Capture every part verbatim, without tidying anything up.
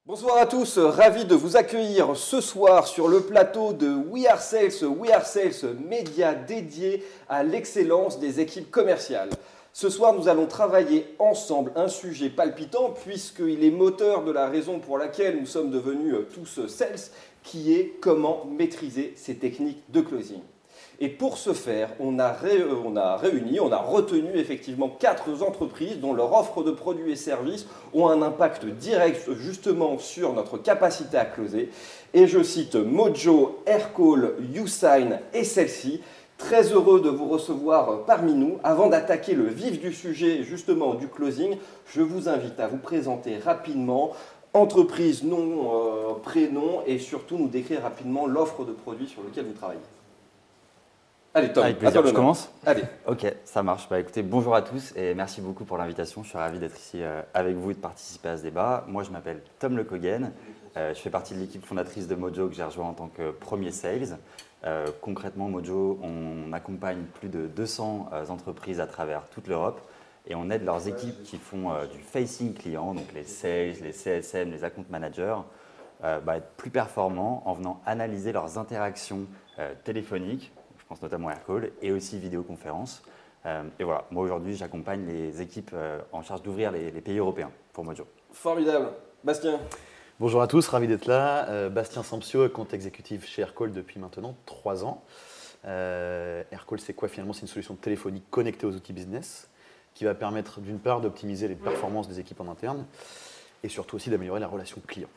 Bonsoir à tous, ravi de vous accueillir ce soir sur le plateau de We Are Sales, We Are Sales, média dédié à l'excellence des équipes commerciales. Ce soir, nous allons travailler ensemble un sujet palpitant puisqu'il est moteur de la raison pour laquelle nous sommes devenus tous sales, qui est comment maîtriser ces techniques de closing. Et pour ce faire, on a, ré, on a réuni, on a retenu effectivement quatre entreprises dont leur offre de produits et services ont un impact direct justement sur notre capacité à closer. Et je cite Mojo, Aircall, YouSign et celle-ci. Très heureux de vous recevoir parmi nous. Avant d'attaquer le vif du sujet justement du closing, je vous invite à vous présenter rapidement entreprise, nom, euh, prénom et surtout nous décrire rapidement l'offre de produits sur lequel vous travaillez. Allez Tom, avec plaisir, je commence. Allez. Ok, ça marche. Bah, écoutez, bonjour à tous et merci beaucoup pour l'invitation. Je suis ravi d'être ici euh, avec vous et de participer à ce débat. Moi, je m'appelle Tom Le Cogen. Euh, je fais partie de l'équipe fondatrice de Mojo que j'ai rejoint en tant que premier sales. Euh, concrètement, Mojo, on accompagne plus de deux cents euh, entreprises à travers toute l'Europe et on aide leurs équipes qui font euh, du facing client, donc les sales, les C S M, les account managers, euh, bah, être plus performants en venant analyser leurs interactions euh, téléphoniques. Je pense notamment à Aircall et aussi vidéoconférence. Euh, et voilà, moi aujourd'hui, j'accompagne les équipes euh, en charge d'ouvrir les, les pays européens pour Mojo. Formidable. Bastien. Bonjour à tous, ravi d'être là. Euh, Bastien Sampsio, compte exécutif chez Aircall depuis maintenant trois ans. Euh, Aircall, c'est quoi finalement? C'est une solution téléphonique connectée aux outils business qui va permettre d'une part d'optimiser les performances des équipes en interne et surtout aussi d'améliorer la relation client.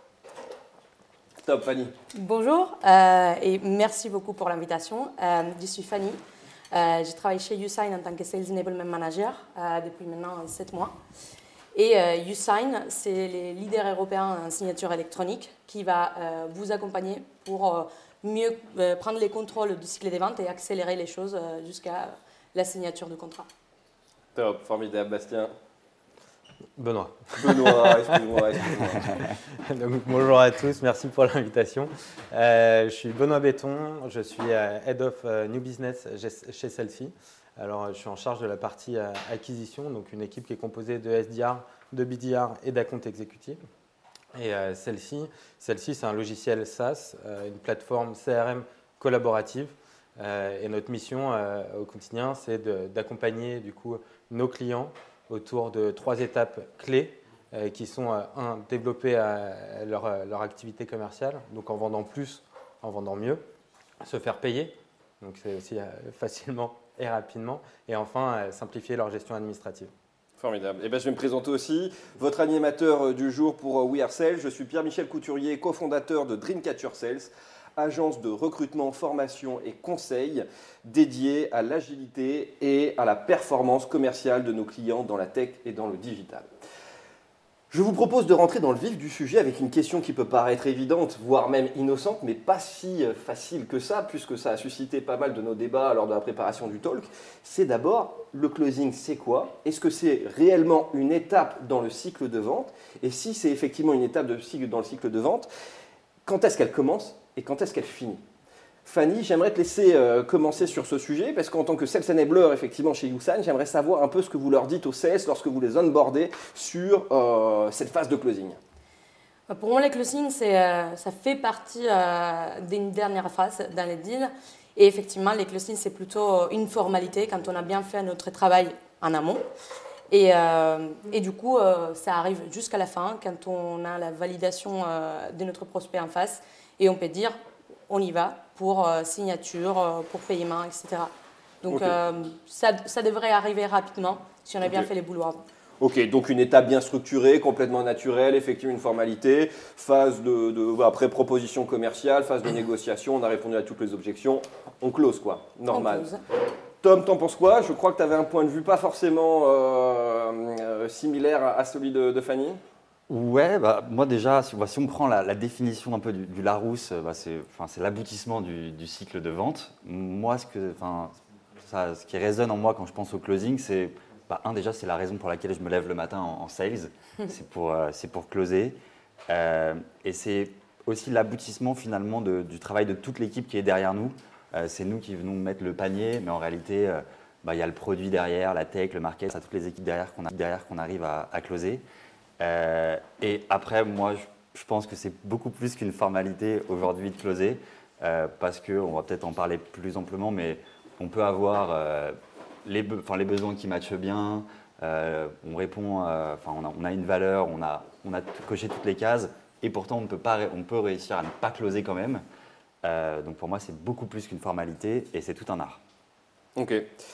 Top, Fanny. Bonjour euh, et merci beaucoup pour l'invitation. Euh, je suis Fanny. Euh, je travaille chez YouSign en tant que Sales Enablement Manager euh, depuis maintenant sept mois. Et euh, YouSign, c'est les leaders européens en signature électronique qui va euh, vous accompagner pour euh, mieux euh, prendre les contrôles du cycle des ventes et accélérer les choses euh, jusqu'à la signature du contrat. Top, formidable. Bastien. Benoît. Benoît, excuse-moi, excuse-moi. Donc, bonjour à tous, merci pour l'invitation. Euh, je suis Benoît Béton, je suis euh, Head of euh, New Business chez Celle-ci. Alors, je suis en charge de la partie euh, acquisition, donc une équipe qui est composée de S D R, de B D R et d'account exécutif. Et euh, Celle-ci, Celle-ci, c'est un logiciel SaaS, euh, une plateforme C R M collaborative. Euh, et notre mission euh, au quotidien, c'est de, d'accompagner du coup nos clients autour de trois étapes clés euh, qui sont, euh, un, développer euh, leur, euh, leur activité commerciale, donc en vendant plus, en vendant mieux, se faire payer, donc c'est aussi euh, facilement et rapidement, et enfin euh, simplifier leur gestion administrative. Formidable. Eh bien, je vais me présenter aussi, votre animateur du jour pour We Are Sales. Je suis Pierre-Michel Couturier, cofondateur de Dreamcatcher Sales, agence de recrutement, formation et conseil dédiée à l'agilité et à la performance commerciale de nos clients dans la tech et dans le digital. Je vous propose de rentrer dans le vif du sujet avec une question qui peut paraître évidente, voire même innocente, mais pas si facile que ça, puisque ça a suscité pas mal de nos débats lors de la préparation du talk. C'est d'abord, le closing, c'est quoi? Est-ce que c'est réellement une étape dans le cycle de vente? Et si c'est effectivement une étape de cycle dans le cycle de vente, quand est-ce qu'elle commence et quand est-ce qu'elle finit? Fanny, j'aimerais te laisser euh, commencer sur ce sujet parce qu'en tant que Sales Enabler, effectivement, chez YouSign, j'aimerais savoir un peu ce que vous leur dites aux sales lorsque vous les onboardez sur euh, cette phase de closing. Pour moi, le closing, c'est, euh, ça fait partie euh, d'une dernière phase dans les deals. Et effectivement, les closings, c'est plutôt une formalité quand on a bien fait notre travail en amont. Et, euh, et du coup, euh, ça arrive jusqu'à la fin quand on a la validation euh, de notre prospect en face et on peut dire on y va pour euh, signature, euh, pour paiement, et cetera. Donc okay. euh, ça, ça devrait arriver rapidement si on a okay. bien fait les boulots avant. Ok, donc une étape bien structurée, complètement naturelle, effectivement une formalité, phase de, de après proposition commerciale, phase de négociation, on a répondu à toutes les objections, on close quoi, normal. On close. Tom, t'en penses quoi? Je crois que tu avais un point de vue pas forcément euh, euh, similaire à, à celui de, de Fanny. Ouais, bah, moi déjà, si, bah, si on prend la, la définition un peu du, du Larousse, bah, c'est, c'est l'aboutissement du, du cycle de vente. Moi, ce, que, ça, ce qui résonne en moi quand je pense au closing, c'est, bah, un, déjà, c'est la raison pour laquelle je me lève le matin en, en sales, c'est pour, euh, c'est pour closer. Euh, et c'est aussi l'aboutissement finalement de, du travail de toute l'équipe qui est derrière nous. Euh, c'est nous qui venons mettre le panier, mais en réalité, euh, bah, y a le produit derrière, la tech, le market, ça toutes les équipes derrière qu'on, a, derrière qu'on arrive à, à closer. Euh, et après, moi, je pense que c'est beaucoup plus qu'une formalité aujourd'hui de closer, euh, parce qu'on va peut-être en parler plus amplement, mais on peut avoir euh, les, be- enfin, les besoins qui matchent bien, euh, on répond, euh, enfin, on, a, on a une valeur, on a, on a tout- coché toutes les cases, et pourtant on peut, pas, ré- on peut réussir à ne pas closer quand même. Euh, donc pour moi, c'est beaucoup plus qu'une formalité et c'est tout un art. Ok.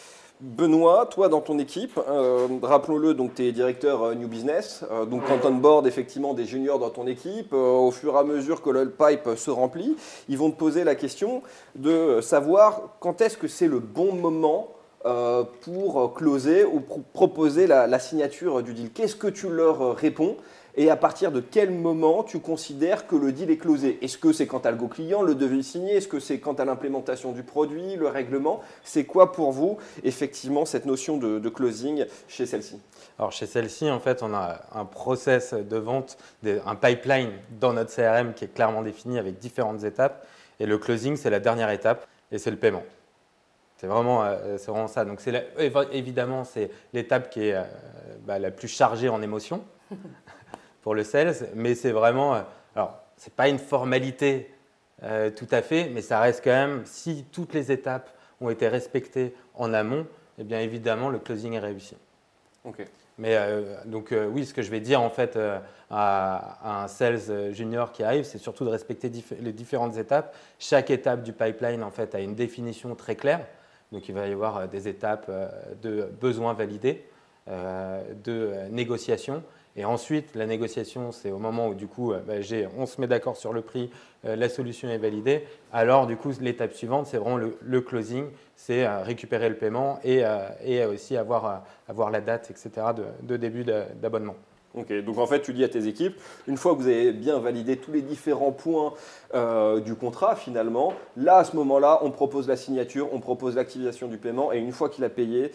Benoît, toi dans ton équipe, euh, rappelons-le, donc tu es directeur euh, New Business, euh, donc quand on board effectivement des juniors dans ton équipe, euh, au fur et à mesure que le pipe se remplit, ils vont te poser la question de savoir quand est-ce que c'est le bon moment euh, pour closer ou pour proposer la, la signature du deal. Qu'est-ce que tu leur réponds? Et à partir de quel moment tu considères que le deal est closé? Est-ce que c'est quand tu as le go client, le devis signé? Est-ce que c'est quand tu as l'implémentation du produit, le règlement? C'est quoi pour vous, effectivement, cette notion de, de closing chez celle-ci? Alors chez celle-ci, en fait, on a un process de vente, des- un pipeline dans notre C R M qui est clairement défini avec différentes étapes. Et le closing, c'est la dernière étape et c'est le paiement. C'est vraiment, euh, c'est vraiment ça. Donc c'est la- évi- évidemment, c'est l'étape qui est euh, bah, la plus chargée en émotions pour le sales, mais c'est vraiment, euh, alors c'est pas une formalité euh, tout à fait, mais ça reste quand même, si toutes les étapes ont été respectées en amont, eh bien évidemment le closing est réussi. Ok. Mais euh, donc euh, oui, ce que je vais dire en fait euh, à, à un sales junior qui arrive, c'est surtout de respecter dif- les différentes étapes. Chaque étape du pipeline en fait a une définition très claire. Donc il va y avoir euh, des étapes euh, de besoins validés, euh, de euh, négociation. Et ensuite, la négociation, c'est au moment où du coup, euh, bah, j'ai- on se met d'accord sur le prix, euh, la solution est validée. Alors du coup, l'étape suivante, c'est vraiment le, le closing, c'est euh, récupérer le paiement et, euh, et aussi avoir, euh, avoir la date, et cetera de, de début de- d'abonnement. Ok, donc en fait, tu dis à tes équipes, une fois que vous avez bien validé tous les différents points euh, du contrat, finalement, là, à ce moment-là, on propose la signature, on propose l'activation du paiement, et une fois qu'il a payé,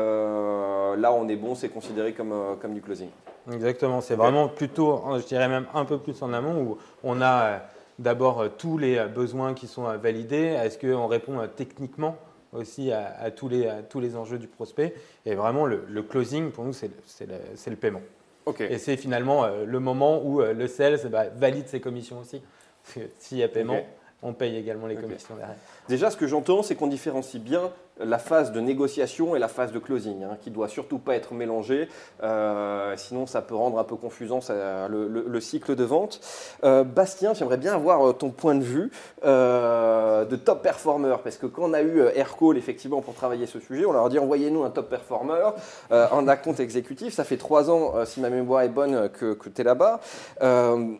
euh, là, on est bon, c'est considéré comme, euh, comme du closing. Exactement, c'est Ok. vraiment plutôt, je dirais même un peu plus en amont, où on a euh, d'abord euh, tous les euh, besoins qui sont euh, validés. Est-ce qu'on répond euh, techniquement aussi à, à tous les, à tous les enjeux du prospect? Et vraiment, le, le closing, pour nous, c'est le, c'est le- c'est le paiement. Ok. Et c'est finalement euh, le moment où euh, le sales bah, valide ses commissions aussi. Parce que s'il y a paiement, Ok. on paye également les Ok. commissions derrière. Déjà, ce que j'entends, c'est qu'on différencie bien la phase de négociation et la phase de closing, hein, qui ne doit surtout pas être mélangée, euh, sinon ça peut rendre un peu confusant ça, le, le- le cycle de vente. Euh, Bastien, j'aimerais bien avoir euh, ton point de vue euh, de top performer, parce que quand on a eu euh, Aircall effectivement pour travailler ce sujet, on leur a dit envoyez-nous un top performer, euh, un account exécutif, ça fait trois ans, euh, si ma mémoire est bonne, que, que tu es là-bas. Euh,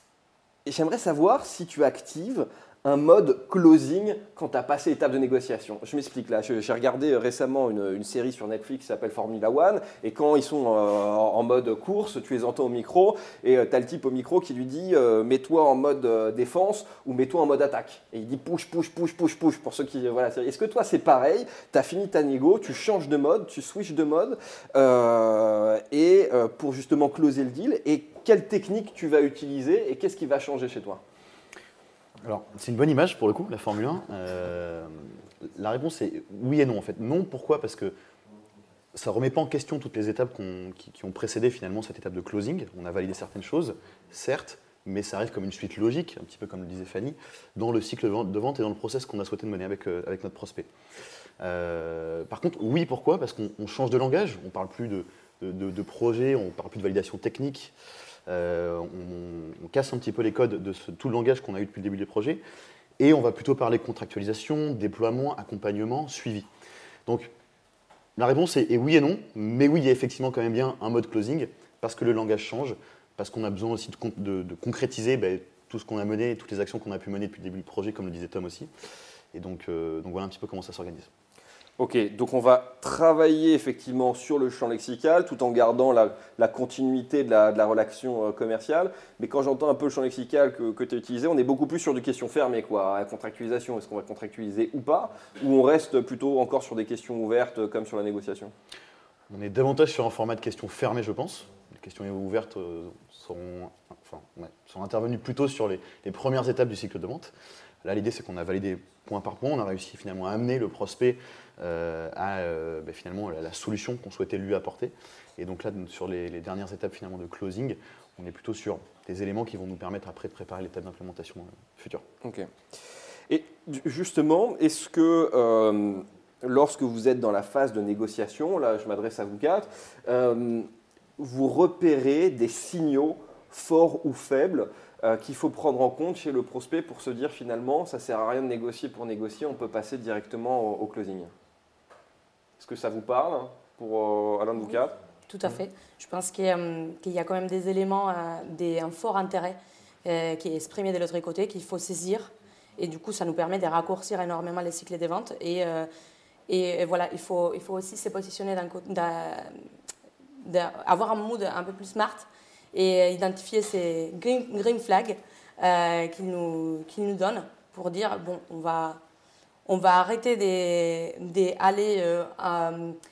et j'aimerais savoir si tu actives un mode closing quand tu as passé l'étape de négociation. Je m'explique là, Je- j'ai regardé récemment une, une série sur Netflix qui s'appelle Formula One, et quand ils sont euh, en mode course, tu les entends au micro, et tu as le type au micro qui lui dit euh, mets-toi en mode euh, défense ou mets-toi en mode attaque. Et il dit push, push, push, push, push, pour ceux qui... Voilà. Est-ce que toi c'est pareil, tu as fini ta négo, tu changes de mode, tu switches de mode, euh, et euh, pour justement closer le deal, et quelle technique tu vas utiliser, et qu'est-ce qui va changer chez toi? Alors, c'est une bonne image pour le coup, la Formule un. Euh, la réponse est oui et non en fait. Non, pourquoi? Parce que ça ne remet pas en question toutes les étapes qu'on- qui, qui ont précédé finalement cette étape de closing. On a validé certaines choses, certes, mais ça arrive comme une suite logique, un petit peu comme le disait Fanny, dans le cycle de vente, de vente et dans le process qu'on a souhaité mener avec, euh, avec notre prospect. Euh, par contre, oui, pourquoi? Parce qu'on on change de langage, on ne parle plus de, de, de- de projet, on ne parle plus de validation technique. Euh, on, on casse un petit peu les codes de ce- tout le langage qu'on a eu depuis le début des projets, et on va plutôt parler contractualisation, déploiement, accompagnement, suivi. Donc la réponse est, est oui et non, mais oui, il y a effectivement quand même bien un mode closing, parce que le langage change, parce qu'on a besoin aussi de, con- de- de concrétiser ben, tout ce qu'on a mené, toutes les actions qu'on a pu mener depuis le début du projet, comme le disait Tom aussi. Et donc, euh, donc voilà un petit peu comment ça s'organise. Ok, donc on va travailler effectivement sur le champ lexical tout en gardant la, la continuité de la, de la relation euh, commerciale. Mais quand j'entends un peu le champ lexical que, que tu as utilisé, on est beaucoup plus sur des questions fermées, quoi. La contractualisation, est-ce qu'on va contractualiser ou pas? Ou on reste plutôt encore sur des questions ouvertes euh, comme sur la négociation? On est davantage sur un format de questions fermées, je pense. Les questions ouvertes euh, seront, enfin, ouais, seront intervenues plutôt sur les, les premières étapes du cycle de vente. Là, l'idée, c'est qu'on a validé point par point. On a réussi finalement à amener le prospect euh, à euh, ben, finalement la, la solution qu'on souhaitait lui apporter. Et donc là, sur les, les dernières étapes finalement de closing, on est plutôt sur des éléments qui vont nous permettre après de préparer l'étape d'implémentation euh, future. Ok. Et justement, est-ce que euh, lorsque vous êtes dans la phase de négociation, là je m'adresse à vous quatre, euh, vous repérez des signaux forts ou faibles euh, qu'il faut prendre en compte chez le prospect pour se dire finalement ça ne sert à rien de négocier pour négocier, on peut passer directement au, au closing. Est-ce que ça vous parle hein, pour euh, Alain de vous quatre? Tout à fait. Je pense qu'il y, a, qu'il y a quand même des éléments, euh, des, un fort intérêt euh, qui est exprimé de l'autre côté, qu'il faut saisir. Et du coup, ça nous permet de raccourcir énormément les cycles des ventes. Et, euh, et, et voilà, il faut, il faut aussi se positionner d'un côté, avoir un mood un peu plus smart et identifier ces green, green flags euh, qu'il nous, qu'il nous donne pour dire, bon, on va, on va arrêter d'aller euh, à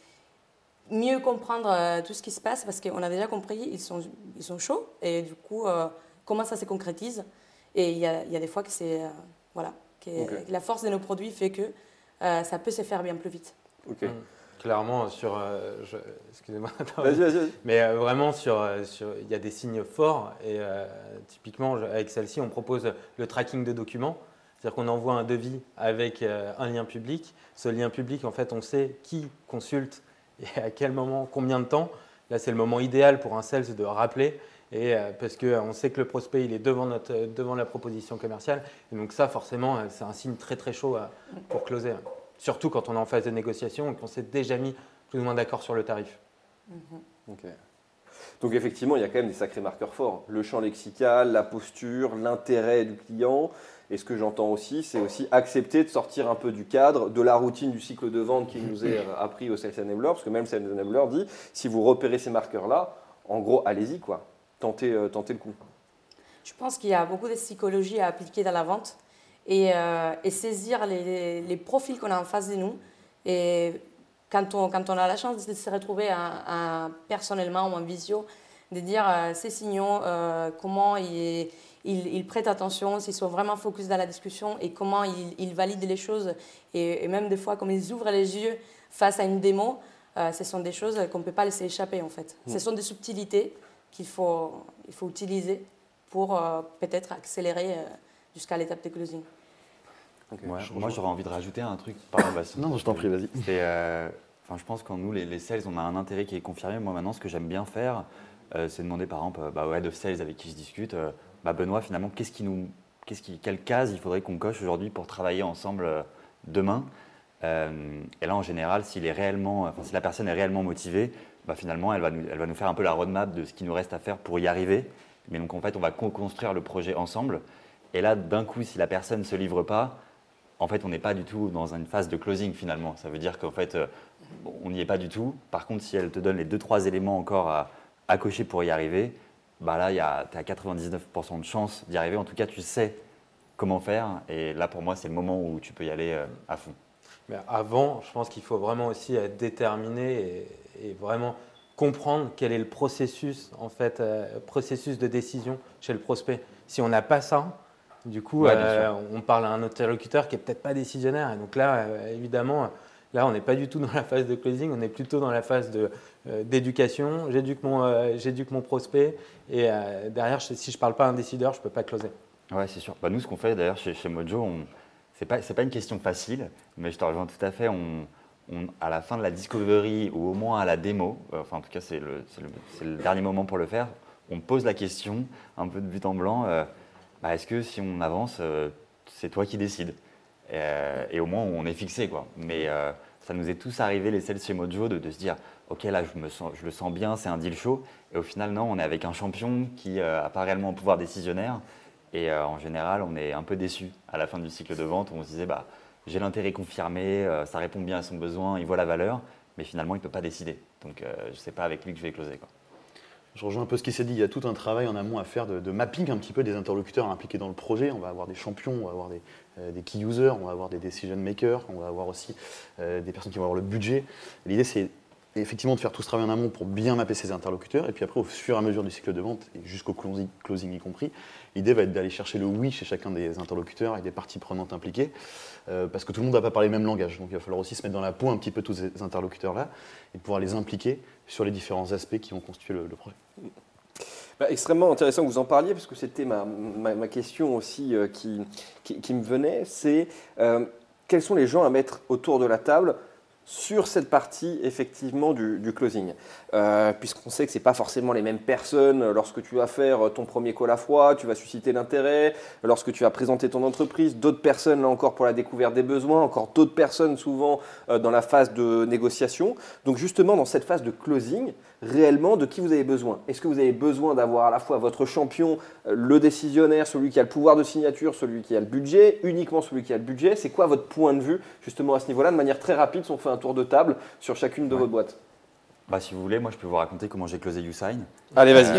mieux comprendre euh, tout ce qui se passe parce qu'on a déjà compris, ils sont, ils sont chauds et du coup, euh, comment ça se concrétise. Et il y a, il y a des fois que c'est... Euh, voilà, que okay. La force de nos produits fait que euh, ça peut se faire bien plus vite. Okay. Mmh. Clairement, sur, euh, je, excusez-moi, vas-y, vas-y. mais euh, vraiment sur, sur, il y a des signes forts et euh, typiquement avec celle-ci, on propose le tracking de documents, c'est-à-dire qu'on envoie un devis avec euh, un lien public. Ce lien public, en fait, on sait qui consulte et à quel moment, combien de temps. Là, c'est le moment idéal pour un sales de rappeler. Et euh, parce qu'on sait que le prospect il est devant, notre, devant la proposition commerciale. Et donc ça, forcément, c'est un signe très très chaud à, pour closer. Surtout quand on est en phase de négociation et qu'on s'est déjà mis plus ou moins d'accord sur le tarif. Mm-hmm. Okay. Donc effectivement, il y a quand même des sacrés marqueurs forts. Le champ lexical, la posture, l'intérêt du client. Et ce que j'entends aussi, c'est aussi accepter de sortir un peu du cadre, de la routine du cycle de vente qui nous est appris au Sales Enabler. Parce que même Sales Enabler dit, si vous repérez ces marqueurs-là, en gros, allez-y quoi. Tenter, euh, tenter le coup. Je pense qu'il y a beaucoup de psychologie à appliquer dans la vente et, euh, et saisir les, les, les profils qu'on a en face de nous. Et quand on, quand on a la chance de se retrouver à, à, personnellement ou en visio, de dire euh, ces signaux, euh, comment ils, ils, ils prêtent attention, s'ils sont vraiment focus dans la discussion et comment ils, ils valident les choses. Et, et même des fois, comme ils ouvrent les yeux face à une démo, euh, ce sont des choses qu'on ne peut pas laisser échapper en fait. Mmh. Ce sont des subtilités qu'il faut, il faut utiliser pour euh, peut-être accélérer euh, jusqu'à l'étape de closing. Okay. Ouais, moi, j'aurais envie de rajouter un truc. Pardon, Bastien. Non, je t'en prie, vas-y. Euh, je pense qu'en nous, les, les sales, on a un intérêt qui est confirmé. Moi, maintenant, ce que j'aime bien faire, euh, c'est demander, par exemple, bah, au head of sales avec qui je discute, euh, bah, Benoît, finalement, qu'est-ce qui nous, qu'est-ce qui, quelle case il faudrait qu'on coche aujourd'hui pour travailler ensemble euh, demain euh, Et là, en général, s'il est réellement, enfin, si la personne est réellement motivée, bah, finalement, elle va, nous, elle va nous faire un peu la roadmap de ce qui nous reste à faire pour y arriver. Mais donc, en fait, on va co-construire le projet ensemble. Et là, d'un coup, si la personne ne se livre pas, en fait, on n'est pas du tout dans une phase de closing, finalement. Ça veut dire qu'en fait, euh, on n'y est pas du tout. Par contre, si elle te donne les deux, trois éléments encore à, à cocher pour y arriver, bah là, tu as quatre-vingt-dix-neuf pour cent de chance d'y arriver. En tout cas, tu sais comment faire. Et là, pour moi, c'est le moment où tu peux y aller euh, à fond. Mais avant, je pense qu'il faut vraiment aussi être déterminé et, et vraiment comprendre quel est le processus, en fait, euh, processus de décision chez le prospect. Si on n'a pas ça, du coup, ouais, euh, on parle à un interlocuteur qui n'est peut-être pas décisionnaire. Et donc là, euh, évidemment, là, on n'est pas du tout dans la phase de closing, on est plutôt dans la phase de, euh, d'éducation. J'éduque mon, euh, j'éduque mon prospect et euh, derrière, si je ne parle pas à un décideur, je ne peux pas closer. Ouais, c'est sûr. Bah, nous, ce qu'on fait d'ailleurs chez, chez Mojo, on, c'est pas, c'est pas une question facile, mais je te rejoins tout à fait. On, on, à la fin de la discovery ou au moins à la démo, euh, enfin en tout cas, c'est le, c'est, le, c'est le dernier moment pour le faire, on pose la question, un peu de but en blanc. Euh, Bah, est-ce que si on avance, euh, c'est toi qui décides et, euh, et au moins on est fixé quoi. Mais euh, ça nous est tous arrivé les sales chez Mojo de, de se dire ok là je, me sens, je le sens bien, c'est un deal chaud et au final non, on est avec un champion qui n'a euh, pas réellement un pouvoir décisionnaire et euh, en général on est un peu déçu à la fin du cycle de vente où on se disait bah, j'ai l'intérêt confirmé, euh, ça répond bien à son besoin, il voit la valeur mais finalement il ne peut pas décider donc euh, je ne sais pas avec lui que je vais closer quoi. Je rejoins un peu ce qui s'est dit, il y a tout un travail en amont à faire de, de mapping un petit peu des interlocuteurs impliqués dans le projet. On va avoir des champions, on va avoir des, euh, des key users, on va avoir des decision makers, on va avoir aussi euh, des personnes qui vont avoir le budget. L'idée c'est effectivement de faire tout ce travail en amont pour bien mapper ces interlocuteurs et puis après au fur et à mesure du cycle de vente et jusqu'au closing, closing y compris, l'idée va être d'aller chercher le oui chez chacun des interlocuteurs avec des parties prenantes impliquées euh, parce que tout le monde ne va pas parler le même langage. Donc il va falloir aussi se mettre dans la peau un petit peu tous ces interlocuteurs-là et pouvoir les impliquer sur les différents aspects qui vont constituer le, le projet. Bah, extrêmement intéressant que vous en parliez, parce que c'était ma, ma, ma question aussi euh, qui, qui, qui me venait, c'est euh, quels sont les gens à mettre autour de la table sur cette partie effectivement du, du closing, euh, puisqu'on sait que ce n'est pas forcément les mêmes personnes. Lorsque tu vas faire ton premier call à froid, tu vas susciter l'intérêt. Lorsque tu vas présenter ton entreprise, d'autres personnes là encore pour la découverte des besoins, encore d'autres personnes souvent euh, dans la phase de négociation. Donc justement dans cette phase de closing, réellement de qui vous avez besoin? Est-ce que vous avez besoin d'avoir à la fois votre champion, euh, le décisionnaire, celui qui a le pouvoir de signature, celui qui a le budget, uniquement celui qui a le budget? C'est quoi votre point de vue justement à ce niveau-là, de manière très rapide, si on fait un tour de table sur chacune de Ouais. vos boîtes? Bah, si vous voulez, moi je peux vous raconter comment j'ai closé YouSign. Allez, vas-y. Euh,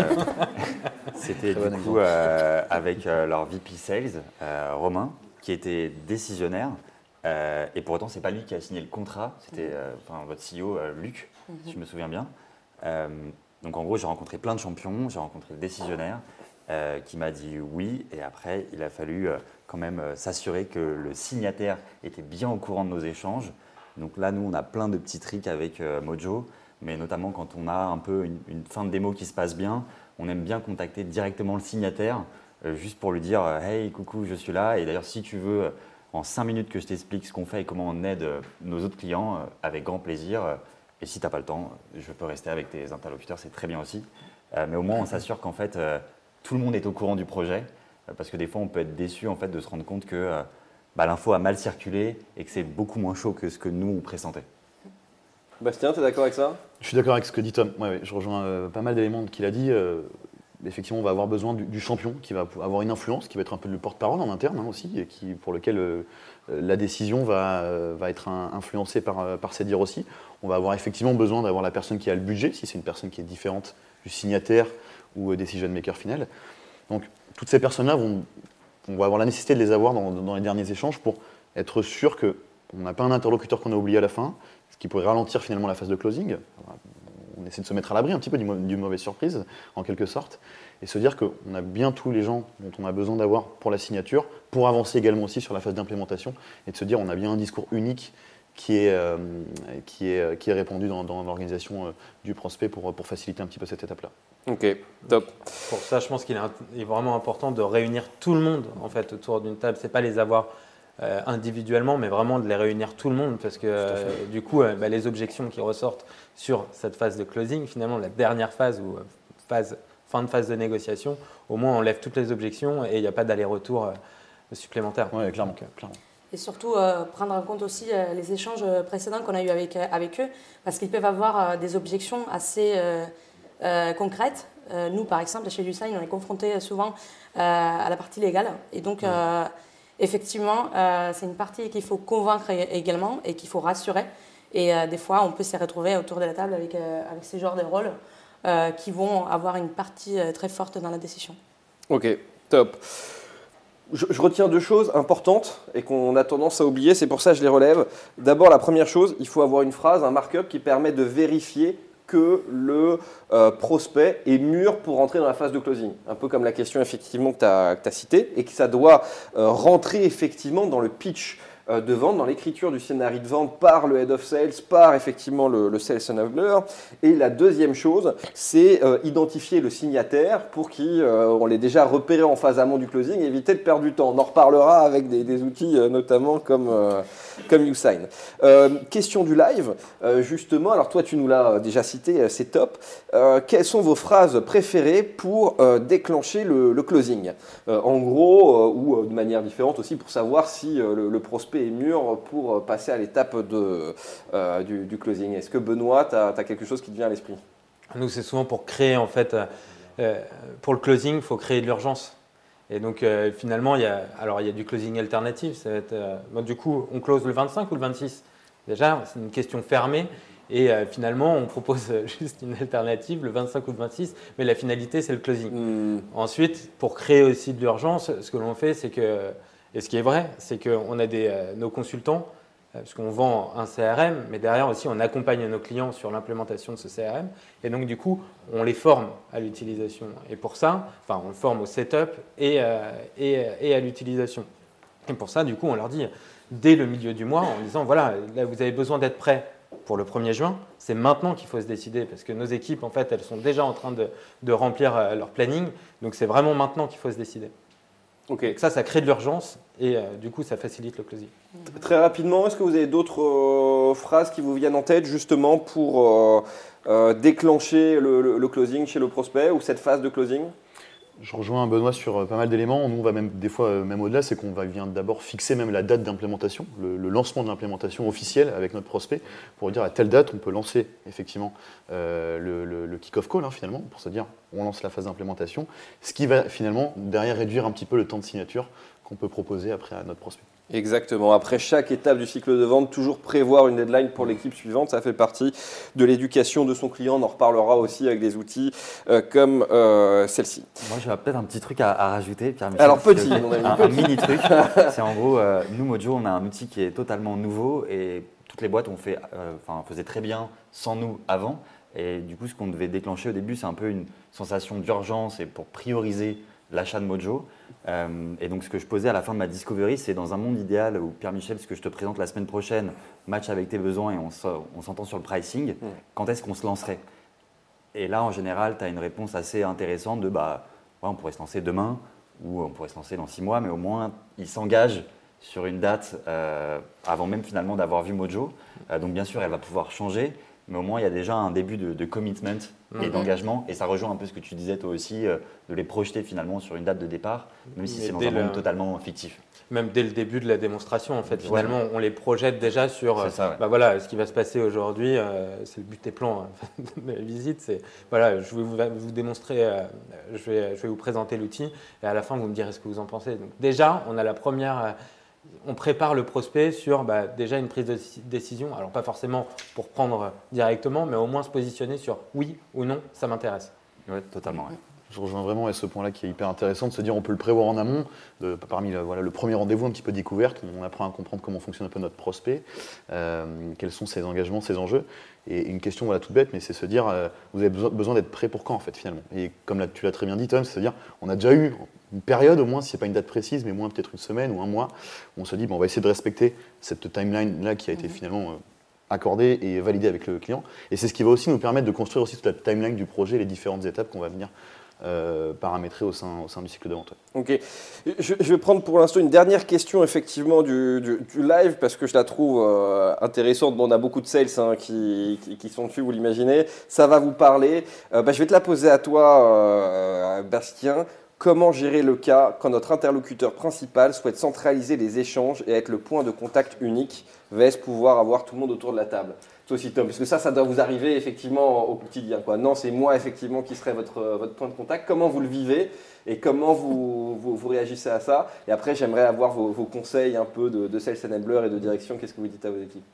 C'était Très du bon coup exemple. euh, avec euh, leur V P Sales, euh, Romain, qui était décisionnaire. Euh, et pour autant, ce n'est pas lui qui a signé le contrat, c'était euh, enfin, votre C E O, euh, Luc, si je me souviens bien. Euh, donc en gros, j'ai rencontré plein de champions, j'ai rencontré le décisionnaire euh, qui m'a dit oui. Et après, il a fallu euh, quand même euh, s'assurer que le signataire était bien au courant de nos échanges. Donc là, nous, on a plein de petits tricks avec euh, Mojo. Mais notamment quand on a un peu une, une fin de démo qui se passe bien, on aime bien contacter directement le signataire, euh, juste pour lui dire euh, « Hey, coucou, je suis là ». Et d'ailleurs, si tu veux, euh, en cinq minutes que je t'explique ce qu'on fait et comment on aide euh, nos autres clients, euh, avec grand plaisir. Euh, et si tu n'as pas le temps, je peux rester avec tes interlocuteurs, c'est très bien aussi. Euh, mais au moins, on s'assure qu'en fait, euh, tout le monde est au courant du projet. Euh, parce que des fois, on peut être déçu en fait, de se rendre compte que euh, bah, l'info a mal circulé et que c'est beaucoup moins chaud que ce que nous, on pressentait. Bastien, tu es d'accord avec ça? Je suis d'accord avec ce que dit Tom. Ouais, ouais, je rejoins euh, pas mal d'éléments qu'il a dit. Euh, effectivement, on va avoir besoin du, du champion qui va avoir une influence, qui va être un peu le porte-parole en interne hein, aussi, et qui, pour lequel euh, la décision va, euh, va être un, influencée par, euh, par ses dires aussi. On va avoir effectivement besoin d'avoir la personne qui a le budget, si c'est une personne qui est différente du signataire ou euh, decision maker final. Donc, toutes ces personnes-là, vont, on va avoir la nécessité de les avoir dans, dans les derniers échanges pour être sûr qu'on n'a pas un interlocuteur qu'on a oublié à la fin, ce qui pourrait ralentir finalement la phase de closing. On essaie de se mettre à l'abri un petit peu d'une mauvaise surprise, en quelque sorte, et se dire qu'on a bien tous les gens dont on a besoin d'avoir pour la signature, pour avancer également aussi sur la phase d'implémentation, et de se dire on a bien un discours unique qui est, euh, qui est, qui est répandu dans, dans l'organisation euh, du prospect pour, pour faciliter un petit peu cette étape-là. Ok, top. Pour ça, je pense qu'il est, il est vraiment important de réunir tout le monde en fait, autour d'une table. Ce n'est pas les avoir euh, individuellement, mais vraiment de les réunir tout le monde parce que euh, du coup, euh, bah, les objections qui ressortent sur cette phase de closing, finalement la dernière phase ou euh, phase, fin de phase de négociation, au moins on lève toutes les objections et il n'y a pas d'aller-retour euh, supplémentaire. Oui, clairement, Donc, euh, clairement. Et surtout, euh, prendre en compte aussi euh, les échanges précédents qu'on a eus avec, avec eux, parce qu'ils peuvent avoir euh, des objections assez euh, euh, concrètes. Euh, nous, par exemple, chez YouSign, on est confrontés souvent euh, à la partie légale. Et donc, euh, effectivement, euh, c'est une partie qu'il faut convaincre également et qu'il faut rassurer. Et euh, des fois, on peut se retrouver autour de la table avec, euh, avec ces genres de rôles euh, qui vont avoir une partie euh, très forte dans la décision. Ok, top. Je, je retiens deux choses importantes et qu'on a tendance à oublier, c'est pour ça que je les relève. D'abord, la première chose, il faut avoir une phrase, un markup qui permet de vérifier que le euh, prospect est mûr pour rentrer dans la phase de closing. Un peu comme la question effectivement que tu as citée, et que ça doit euh, rentrer effectivement dans le pitch euh, de vente, dans l'écriture du scénario de vente par le head of sales, par effectivement le, le sales enabler. Et la deuxième chose, c'est euh, identifier le signataire pour qui euh, on l'ait déjà repéré en phase amont du closing et éviter de perdre du temps. On en reparlera avec des, des outils euh, notamment comme, euh, comme YouSign. Euh, question du live, euh, justement, alors toi tu nous l'as déjà cité, euh, c'est top. Euh, quelles sont vos phrases préférées pour euh, déclencher le, le closing euh, En gros, euh, ou euh, de manière différente aussi pour savoir si euh, le, le prospect est mûr pour euh, passer à l'étape de, euh, du, du closing. Est-ce que Benoît, tu as quelque chose qui te vient à l'esprit? Nous, c'est souvent pour créer, en fait, euh, pour le closing, il faut créer de l'urgence. Et donc, euh, finalement, il y a, alors, il y a du closing alternatif. Ça va être, euh, bon, du coup, on close le vingt-cinq ou le vingt-six? Déjà, c'est une question fermée. Et euh, finalement, on propose juste une alternative, le vingt-cinq ou le vingt-six, mais la finalité, c'est le closing. Mmh. Ensuite, pour créer aussi de l'urgence, ce que l'on fait, c'est que, et ce qui est vrai, c'est qu'on a des, euh, nos consultants, parce qu'on vend un C R M, mais derrière aussi, on accompagne nos clients sur l'implémentation de ce C R M. Et donc, du coup, on les forme à l'utilisation. Et pour ça, enfin, on le forme au setup et, euh, et, et à l'utilisation. Et pour ça, du coup, on leur dit, dès le milieu du mois, en disant, voilà, là, vous avez besoin d'être prêt pour le premier juin. C'est maintenant qu'il faut se décider parce que nos équipes, en fait, elles sont déjà en train de, de remplir euh, leur planning. Donc, c'est vraiment maintenant qu'il faut se décider. Ok. Donc ça, ça crée de l'urgence et euh, du coup, ça facilite le closing. Très rapidement, est-ce que vous avez d'autres euh, phrases qui vous viennent en tête justement pour euh, euh, déclencher le, le, le closing chez le prospect ou cette phase de closing ? Je rejoins Benoît sur pas mal d'éléments. Nous, on va même des fois même au-delà, c'est qu'on va vient d'abord fixer même la date d'implémentation, le, le lancement de l'implémentation officielle avec notre prospect, pour dire à telle date, on peut lancer effectivement euh, le, le, le kick-off call hein, finalement, pour se dire on lance la phase d'implémentation, ce qui va finalement derrière réduire un petit peu le temps de signature qu'on peut proposer après à notre prospect. Exactement. Après chaque étape du cycle de vente, toujours prévoir une deadline pour l'équipe suivante, ça fait partie de l'éducation de son client. On en reparlera aussi avec des outils euh, comme euh, celle-ci. Moi, j'aurais peut-être un petit truc à, à rajouter, Pierre-Michel. Alors c'est petit, que- mon ami, un, petit. un mini truc. C'est en gros, euh, nous Mojo, on a un outil qui est totalement nouveau et toutes les boîtes ont fait, euh, enfin, faisaient très bien sans nous avant. Et du coup, ce qu'on devait déclencher au début, c'est un peu une sensation d'urgence et pour prioriser l'achat de Mojo. Euh, et donc, ce que je posais à la fin de ma discovery, c'est dans un monde idéal où Pierre-Michel, ce que je te présente la semaine prochaine, match avec tes besoins et on, s- on s'entend sur le pricing, Mm. quand est-ce qu'on se lancerait ? Et là, en général, tu as une réponse assez intéressante de bah, ouais, on pourrait se lancer demain ou on pourrait se lancer dans six mois, mais au moins, il s'engage sur une date euh, avant même finalement d'avoir vu Mojo. Euh, donc, bien sûr, elle va pouvoir changer, mais au moins, il y a déjà un début de, de commitment et Mhm. d'engagement. Et ça rejoint un peu ce que tu disais toi aussi, euh, de les projeter finalement sur une date de départ, même si Mais c'est dans dès un monde le- totalement fictif. Même dès le début de la démonstration, en fait, Ouais. finalement, on les projette déjà sur C'est ça, ouais. bah voilà, ce qui va se passer aujourd'hui. euh, c'est le but et plan hein, de la visite. C'est voilà, je vais vous, vous démontrer, euh, je, vais, je vais vous présenter l'outil et à la fin, vous me direz ce que vous en pensez. Donc, déjà, on a la première. euh, on prépare le prospect sur bah, déjà une prise de décision. Alors, pas forcément pour prendre directement, mais au moins se positionner sur oui ou non, ça m'intéresse. Ouais, totalement. ouais. Je rejoins vraiment à ce point-là qui est hyper intéressant de se dire on peut le prévoir en amont, de, parmi le, voilà, le premier rendez-vous un petit peu découverte, on apprend à comprendre comment fonctionne un peu notre prospect, euh, quels sont ses engagements, ses enjeux. Et une question voilà, toute bête, mais c'est se dire euh, vous avez besoin, besoin d'être prêt pour quand en fait finalement. Et comme là, tu l'as très bien dit Tom, c'est se dire on a déjà eu une période au moins, si ce n'est pas une date précise, mais moins peut-être une semaine ou un mois, où on se dit bon, on va essayer de respecter cette timeline-là qui a été finalement... Euh, accordé et validé avec le client. Et c'est ce qui va aussi nous permettre de construire aussi toute la timeline du projet, les différentes étapes qu'on va venir euh, paramétrer au sein, au sein du cycle de vente. Ok. Je, je vais prendre pour l'instant une dernière question effectivement du, du, du live parce que je la trouve euh, intéressante. Bon, on a beaucoup de sales hein, qui, qui, qui sont dessus, vous l'imaginez. Ça va vous parler. Euh, bah, je vais te la poser à toi, euh, Bastien. Comment gérer le cas quand notre interlocuteur principal souhaite centraliser les échanges et être le point de contact unique, versus pouvoir avoir tout le monde autour de la table? Toi aussi, Tom, parce que ça, ça doit vous arriver effectivement au quotidien, quoi. Non, c'est moi effectivement qui serait votre, votre point de contact. Comment vous le vivez et comment vous, vous, vous réagissez à ça? Et après, j'aimerais avoir vos, vos conseils un peu de, de sales enabler et de direction. Qu'est-ce que vous dites à vos équipes?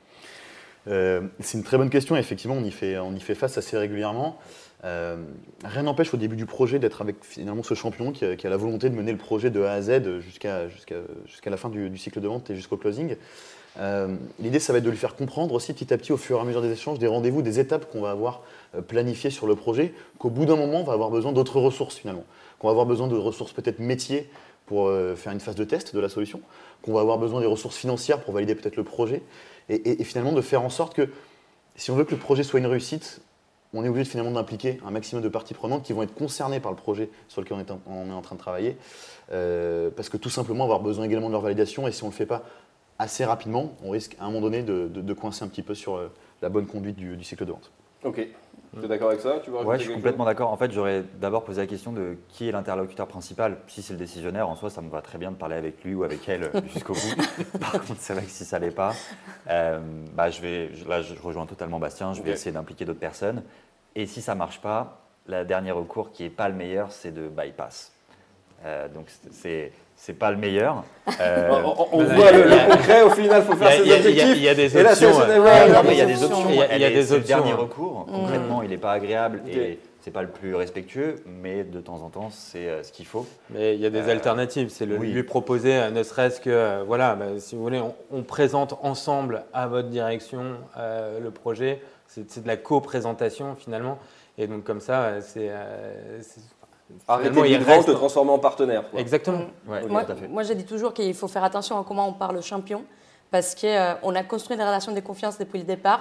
Euh, c'est une très bonne question, effectivement, on y fait, on y fait face assez régulièrement. Euh, rien n'empêche au début du projet d'être avec finalement ce champion qui a, qui a la volonté de mener le projet de A à Z jusqu'à jusqu'à, jusqu'à la fin du, du cycle de vente et jusqu'au closing. Euh, l'idée, ça va être de lui faire comprendre aussi petit à petit au fur et à mesure des échanges, des rendez-vous, des étapes qu'on va avoir euh, planifiées sur le projet, qu'au bout d'un moment, on va avoir besoin d'autres ressources finalement, qu'on va avoir besoin de ressources peut-être métiers pour euh, faire une phase de test de la solution, qu'on va avoir besoin des ressources financières pour valider peut-être le projet, et, et, et finalement de faire en sorte que si on veut que le projet soit une réussite, on est obligé de, finalement d'impliquer un maximum de parties prenantes qui vont être concernées par le projet sur lequel on est en, on est en train de travailler, euh, parce que tout simplement avoir besoin également de leur validation, et si on ne le fait pas assez rapidement, on risque à un moment donné de, de, de coincer un petit peu sur euh, la bonne conduite du, du cycle de vente. Ok. Tu es d'accord avec ça? Tu veux rajouter Ouais, je suis quelque complètement chose? d'accord. En fait, j'aurais d'abord posé la question de qui est l'interlocuteur principal. Si c'est le décisionnaire, en soi, ça me va très bien de parler avec lui ou avec elle euh, jusqu'au bout. Par contre, c'est vrai que si ça l'est pas, euh, bah, je vais, je- là, je rejoins totalement Bastien. Je vais Ok. essayer d'impliquer d'autres personnes. Et si ça marche pas, la dernière recours qui est pas le meilleur, c'est de bypass. Euh, donc c'est- c'est c'est pas le meilleur. Euh, On, on- on Bah, voit il y le, a- le concret, au final, il faut Il y faire a- ses il y a- il y a- objectifs. il y a des Et là, c'est options. sales ouais. enabler, Ouais, il y a non, des mais il y a des options. options. Il y a- il y a Elle est- des c'est le options, dernier hein. recours. Mm. Concrètement, il n'est pas agréable Ok. et c'est pas le plus respectueux, mais de temps en temps, c'est euh, ce qu'il faut. Mais il y a des Euh, alternatives. C'est le oui. lui proposer, euh, ne serait-ce que, euh, voilà, bah, si vous voulez, on, on présente ensemble à votre direction euh, le projet. C'est c'est de la co-présentation finalement. Et donc comme ça, euh, c'est. euh, c'est- Arrêtez finalement, de il vendre, reste- te transformer en partenaire. quoi. Exactement. Ouais, Ok. Moi, tout à fait. moi, je dis toujours qu'il faut faire attention à comment on parle au champion, parce qu'on a construit des relations de confiance depuis le départ.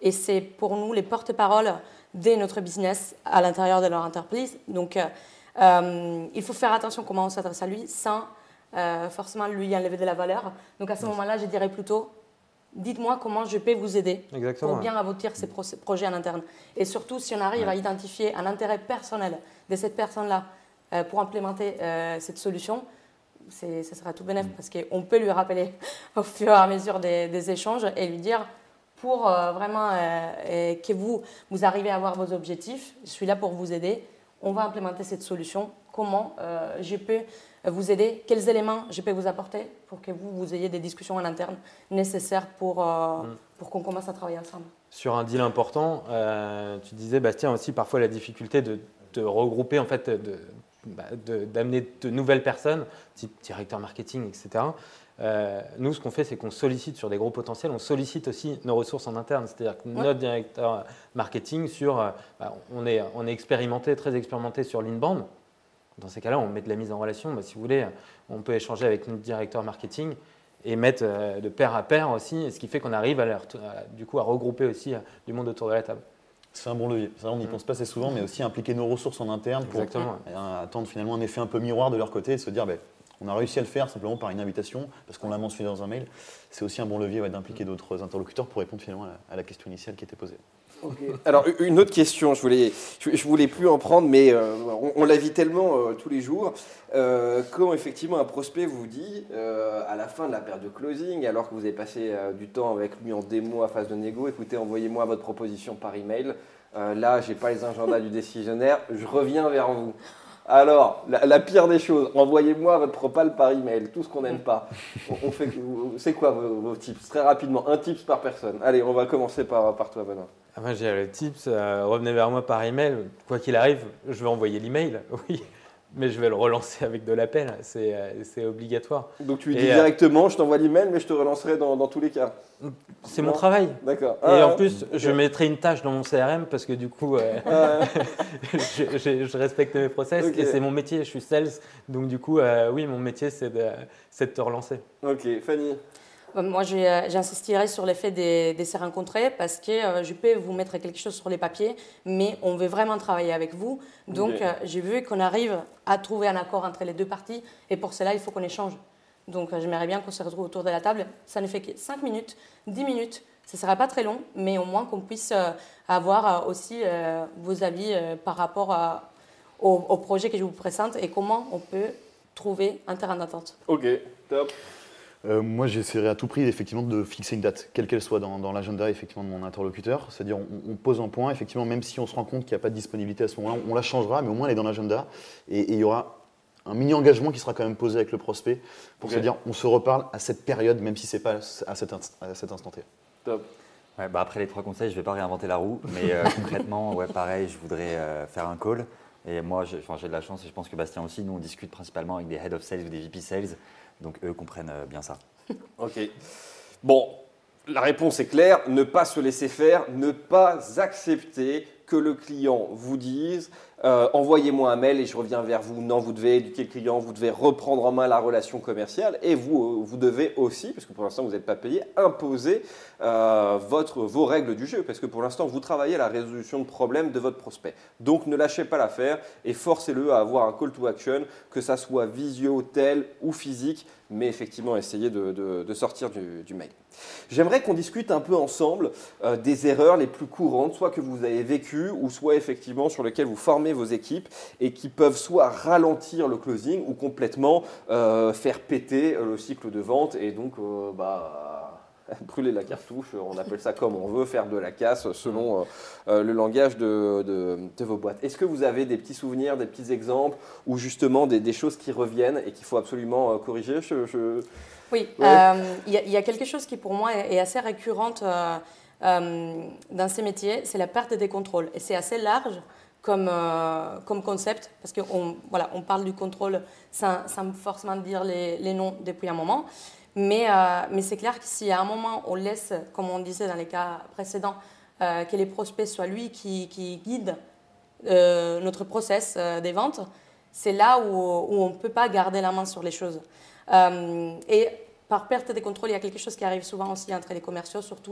et c'est pour nous les porte-parole de notre business à l'intérieur de leur entreprise. Donc, euh, euh, il faut faire attention comment on s'adresse à lui sans euh, forcément lui enlever de la valeur. Donc, à ce moment-là, je dirais plutôt, dites-moi comment je peux vous aider Exactement, pour bien aboutir ces pro- projets en interne. Et surtout, si on arrive Ouais. à identifier un intérêt personnel de cette personne-là euh, pour implémenter euh, cette solution, c'est, ça sera tout bénéfique parce qu'on peut lui rappeler au fur et à mesure des, des échanges et lui dire pour euh, vraiment euh, euh, que vous, vous arrivez à avoir vos objectifs, je suis là pour vous aider, on va implémenter cette solution, comment euh, je peux vous aider, quels éléments je peux vous apporter pour que vous, vous ayez des discussions en interne nécessaires pour, euh, Mm. pour qu'on commence à travailler ensemble. Sur un deal important, euh, tu disais, Bastien, aussi parfois la difficulté de, de regrouper, en fait, de, bah, de- d'amener de nouvelles personnes, type directeur marketing, et cetera. Euh, nous, ce qu'on fait, c'est qu'on sollicite sur des gros potentiels, on sollicite aussi nos ressources en interne. C'est-à-dire que Ouais. notre directeur marketing, sur, euh, bah, on, est, on est expérimenté, très expérimenté sur l'inbound. Dans ces cas-là, on met de la mise en relation. Bah, si vous voulez, on peut échanger avec notre directeur marketing et mettre euh, de pair à pair aussi, ce qui fait qu'on arrive à, leur- à- du coup, à regrouper aussi euh, du monde autour de la table. C'est un bon levier. Ça, on n'y pense pas assez souvent, mais aussi impliquer nos ressources en interne pour Exactement. euh, attendre finalement un effet un peu miroir de leur côté et se dire ben, on a réussi à le faire simplement par une invitation parce qu'on l'a mentionné dans un mail. C'est aussi un bon levier ouais, d'impliquer d'autres interlocuteurs pour répondre finalement à la, à la question initiale qui était posée. Ok. Alors une autre question, je voulais, je, je voulais plus en prendre, mais euh, on, on la vit tellement euh, tous les jours. Euh, quand effectivement un prospect vous dit euh, à la fin de la période de closing, alors que vous avez passé euh, du temps avec lui en démo à phase de négo, écoutez, envoyez-moi votre proposition par email. Euh, là, j'ai pas les agendas du décisionnaire, je reviens vers vous. Alors, la, la pire des choses, envoyez-moi votre propal par email, tout ce qu'on n'aime pas. On, on fait, c'est quoi vos, vos tips? Très rapidement, un tips par personne. Allez, on va commencer par, par toi, Benoît. Ah, moi, j'ai le tips, euh, revenez vers moi par email. Quoi qu'il arrive, je vais envoyer l'email, oui, mais je vais le relancer avec de l'appel. C'est, euh, c'est obligatoire. Donc tu lui Et, dis euh, directement, je t'envoie l'email, mais je te relancerai dans, dans tous les cas. C'est Non. mon travail. D'accord. Et Ah, en plus, ok. je mettrai une tâche dans mon C R M parce que du coup, euh, Ah, je, je- je respecte mes process Ok. et c'est mon métier. Je suis sales, donc du coup, euh, oui, mon métier, c'est de, c'est de te relancer. ok, Fanny. Euh, Moi, je- euh, j'insisterai sur l'effet de, de se rencontrer parce que euh, je peux vous mettre quelque chose sur les papiers, mais on veut vraiment travailler avec vous. Donc, Ok. euh, j'ai vu qu'on arrive à trouver un accord entre les deux parties et pour cela, il faut qu'on échange. Donc, euh, j'aimerais bien qu'on se retrouve autour de la table. Ça ne fait que cinq minutes, dix minutes. Ce ne sera pas très long, mais au moins qu'on puisse euh, avoir euh, aussi euh, vos avis euh, par rapport à- au, au projet que je vous présente et comment on peut trouver un terrain d'entente. Ok, top. Euh, moi, j'essaierai à tout prix effectivement de fixer une date, quelle qu'elle soit dans, dans l'agenda effectivement de mon interlocuteur. C'est-à-dire, on, on pose un point, effectivement, même si on se rend compte qu'il n'y a pas de disponibilité à ce moment-là, on la changera, mais au moins elle est dans l'agenda et et il y aura un mini engagement qui sera quand même posé avec le prospect pour Ok. se dire, on se reparle à cette période, même si c'est pas à cet, inst- à cet instant T. Top. Ouais, bah après les trois conseils, je ne vais pas réinventer la roue, mais euh, concrètement, ouais, pareil, je voudrais euh, faire un call. Et moi, j'ai, enfin, j'ai de la chance et je pense que Bastien aussi, nous on discute principalement avec des head of sales ou des V P sales, donc eux comprennent euh, bien ça. Ok. Bon, la réponse est claire, ne pas se laisser faire, ne pas accepter que le client vous dise euh, envoyez-moi un mail et je reviens vers vous. Non, vous devez éduquer le client, vous devez reprendre en main la relation commerciale et vous, euh, vous devez aussi, parce que pour l'instant vous n'êtes pas payé, imposer euh, votre, vos règles du jeu, parce que pour l'instant vous travaillez à la résolution de problèmes de votre prospect. Donc ne lâchez pas l'affaire et forcez-le à avoir un call to action, que ça soit visio, tel ou physique, mais effectivement essayez de, de, de sortir du, du mail. J'aimerais qu'on discute un peu ensemble euh, des erreurs les plus courantes, soit que vous avez vécues ou soit effectivement sur lesquelles vous formez vos équipes et qui peuvent soit ralentir le closing ou complètement euh, faire péter euh, le cycle de vente et donc euh, bah, brûler la cartouche, on appelle ça comme on veut, faire de la casse selon euh, euh, le langage de, de, de vos boîtes. Est-ce que vous avez des petits souvenirs, des petits exemples ou justement des, des choses qui reviennent et qu'il faut absolument euh, corriger? je, je... Oui, il Ouais. euh, y, a- y a quelque chose qui pour moi est, est assez récurrente euh, euh, dans ces métiers, c'est la perte des contrôles. Et c'est assez large comme, euh, comme concept, parce qu'on voilà, on parle du contrôle sans, sans forcément dire les, les noms depuis un moment. Mais, euh, mais c'est clair que si à un moment on laisse, comme on disait dans les cas précédents, euh, que les prospects soient lui qui, qui guide euh, notre process euh, des ventes, c'est là où, où on ne peut pas garder la main sur les choses. Euh, et par perte des contrôles, il y a quelque chose qui arrive souvent aussi entre les commerciaux, surtout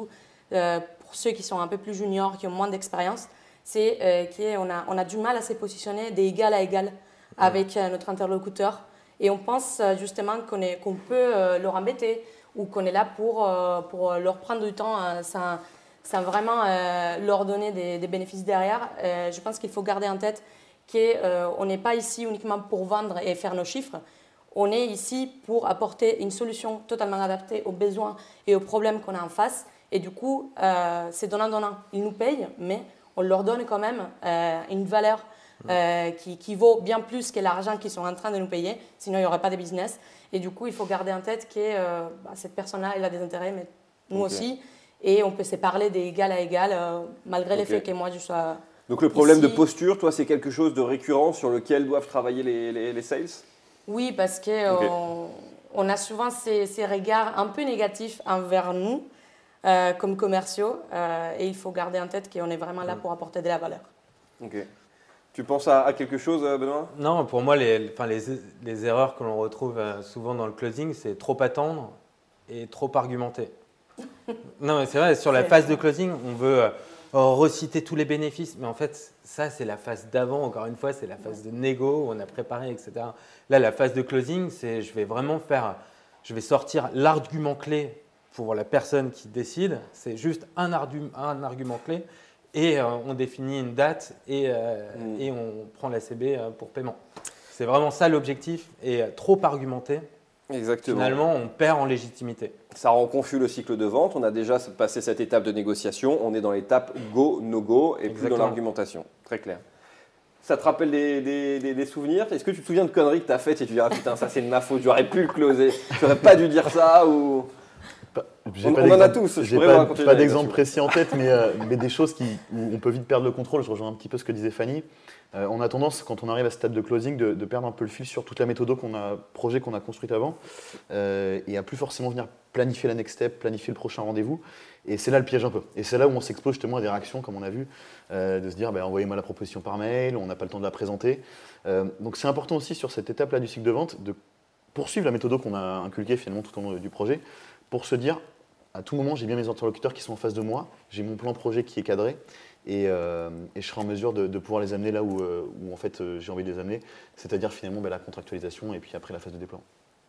euh, pour ceux qui sont un peu plus juniors, qui ont moins d'expérience, c'est euh, qu'on a, on a du mal à se positionner d'égal à égal avec euh, notre interlocuteur. Et on pense euh, justement qu'on, est, qu'on peut euh, leur embêter ou qu'on est là pour, euh, pour leur prendre du temps euh, sans, sans vraiment euh, leur donner des, des bénéfices derrière. Euh, je pense qu'il faut garder en tête qu'on euh, n'est pas ici uniquement pour vendre et faire nos chiffres. On est ici pour apporter une solution totalement adaptée aux besoins et aux problèmes qu'on a en face. Et du coup, euh, c'est donnant-donnant. Ils nous payent, mais on leur donne quand même euh, une valeur euh, qui, qui vaut bien plus que l'argent qu'ils sont en train de nous payer. Sinon, il n'y aurait pas de business. Et du coup, il faut garder en tête que euh, bah, cette personne-là, elle a des intérêts, mais nous okay. aussi. Et on peut se parler d'égal à égal, euh, malgré okay. le fait que moi, je sois Donc le problème ici. de posture, toi, c'est quelque chose de récurrent sur lequel doivent travailler les, les, les sales? Oui, parce qu'on okay. on a souvent ces, ces regards un peu négatifs envers nous, euh, comme commerciaux, euh, et il faut garder en tête qu'on est vraiment là pour apporter de la valeur. Ok. Tu penses à, à quelque chose, Benoît? Non, pour moi, les, enfin, les, les erreurs que l'on retrouve souvent dans le closing, c'est trop attendre et trop argumenter. Non, mais c'est vrai, sur la phase de closing, on veut euh, reciter tous les bénéfices, mais en fait, ça, c'est la phase d'avant. Encore une fois, c'est la phase de négo où on a préparé, et cetera. Là, la phase de closing, c'est je vais vraiment faire, je vais sortir l'argument clé pour la personne qui décide. C'est juste un, argu, un argument clé et euh, on définit une date et, euh, mmh. et on prend la C B pour paiement. C'est vraiment ça l'objectif. Et trop argumenter, exactement. Finalement, on perd en légitimité. Ça rend confus le cycle de vente. On a déjà passé cette étape de négociation. On est dans l'étape go, no go et Exactement. plus dans l'argumentation. Très clair. Ça te rappelle des, des, des, des souvenirs? Est-ce que tu te souviens de conneries que tu as faites et tu dis ah putain, ça c'est de ma faute, j'aurais pu le closer, j'aurais pas dû dire ça ou... Pas, on on en a tous. J'ai pas, pas d'exemple précis en tête, mais, euh, mais des choses qui, où on peut vite perdre le contrôle. Je rejoins un petit peu ce que disait Fanny. Euh, on a tendance, quand on arrive à ce stade de closing, de, de perdre un peu le fil sur toute la méthode qu'on a, projet qu'on a construite avant euh, et à plus forcément venir planifier la next step, planifier le prochain rendez-vous. Et c'est là le piège un peu. Et c'est là où on s'expose justement à des réactions, comme on a vu, euh, de se dire bah, envoyez-moi la proposition par mail, on n'a pas le temps de la présenter. Euh, donc c'est important aussi sur cette étape-là du cycle de vente de poursuivre la méthode qu'on a inculquée finalement tout au long du projet pour se dire à tout moment j'ai bien mes interlocuteurs qui sont en face de moi, j'ai mon plan projet qui est cadré. Et, euh, et je serai en mesure de, de pouvoir les amener là où, euh, où en fait, euh, j'ai envie de les amener, c'est-à-dire finalement bah, la contractualisation et puis après la phase de déploiement.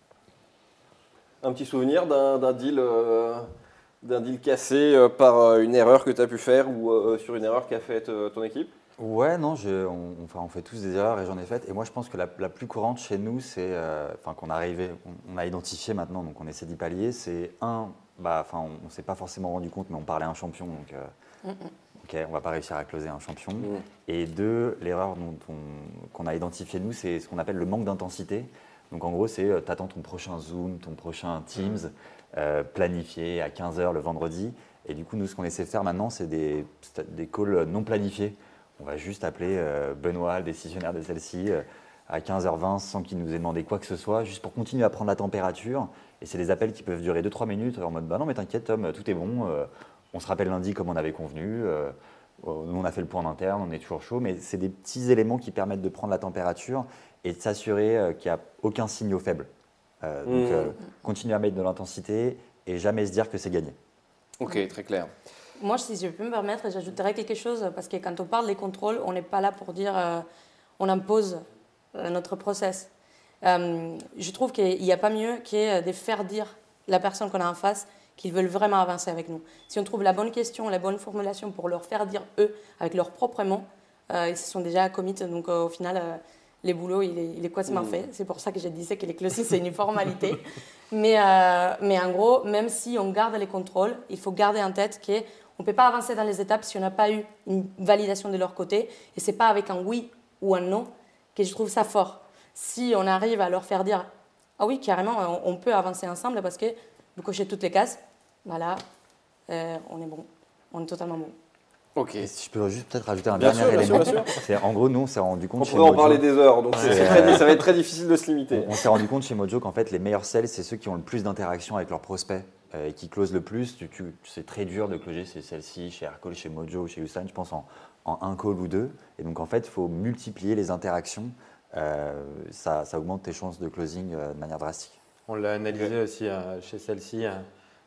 Un petit souvenir d'un, d'un, deal, euh, d'un deal cassé euh, par euh, une erreur que tu as pu faire ou euh, sur une erreur qu'a faite euh, ton équipe? Ouais, non, je, on, enfin, on fait tous des erreurs et j'en ai faites. Et moi, je pense que la, la plus courante chez nous, c'est euh, enfin, qu'on arrivait, on, on a identifié maintenant, donc on essaie d'y pallier. C'est un, bah, enfin, on ne s'est pas forcément rendu compte, mais on parlait à un champion, donc euh, mm-mm. Ok, on ne va pas réussir à closer un champion. Mmh. Et deux, l'erreur dont on, qu'on a identifiée nous, c'est ce qu'on appelle le manque d'intensité. Donc en gros, c'est euh, tu attends ton prochain Zoom, ton prochain Teams, mmh. euh, planifié à quinze heures le vendredi. Et du coup, nous, ce qu'on essaie de faire maintenant, c'est des, des calls non planifiés. On va juste appeler euh, Benoît, le décisionnaire de celle-ci, euh, à quinze heures vingt sans qu'il nous ait demandé quoi que ce soit, juste pour continuer à prendre la température. Et c'est des appels qui peuvent durer deux trois minutes en mode bah non, mais t'inquiète, Tom, tout est bon. Euh, On se rappelle lundi comme on avait convenu, euh, nous on a fait le point en interne, on est toujours chaud, mais c'est des petits éléments qui permettent de prendre la température et de s'assurer euh, qu'il n'y a aucun signal faible. Euh, donc mmh. euh, continuer à mettre de l'intensité et jamais se dire que c'est gagné. Ok, très clair. Moi, si je peux me permettre, j'ajouterais quelque chose, parce que quand on parle des contrôles, on n'est pas là pour dire euh, on impose euh, notre process. Euh, je trouve qu'il n'y a pas mieux que de faire dire la personne qu'on a en face qu'ils veulent vraiment avancer avec nous. Si on trouve la bonne question, la bonne formulation pour leur faire dire eux, avec leurs propres mots, euh, ils se sont déjà commit, donc euh, au final, euh, les boulots, il est, il est quasiment mmh. fait. C'est pour ça que je disais que les closings, c'est une formalité. mais, euh, mais en gros, même si on garde les contrôles, il faut garder en tête qu'on ne peut pas avancer dans les étapes si on n'a pas eu une validation de leur côté. Et ce n'est pas avec un oui ou un non que je trouve ça fort. Si on arrive à leur faire dire « Ah oui, carrément, on, on peut avancer ensemble parce que vous cochez toutes les cases », voilà, euh, on est bon, on est totalement bon. Ok. Et si je peux juste peut-être rajouter un bien dernier sûr, élément. Bien sûr, bien sûr. C'est, en gros, nous, on s'est rendu compte. On pourrait en parler des heures, donc ouais. c'est, c'est très, ça va être très difficile de se limiter. On, on s'est rendu compte chez Mojo qu'en fait, les meilleurs sales, c'est ceux qui ont le plus d'interactions avec leurs prospects euh, et qui closent le plus. Tu, tu, c'est très dur de closer chez celle-ci, chez Aircall, chez Mojo, chez Houston, je pense en, en un call ou deux. Et donc, en fait, il faut multiplier les interactions. Euh, ça, ça augmente tes chances de closing euh, de manière drastique. On l'a analysé aussi euh, chez celle-ci. Euh,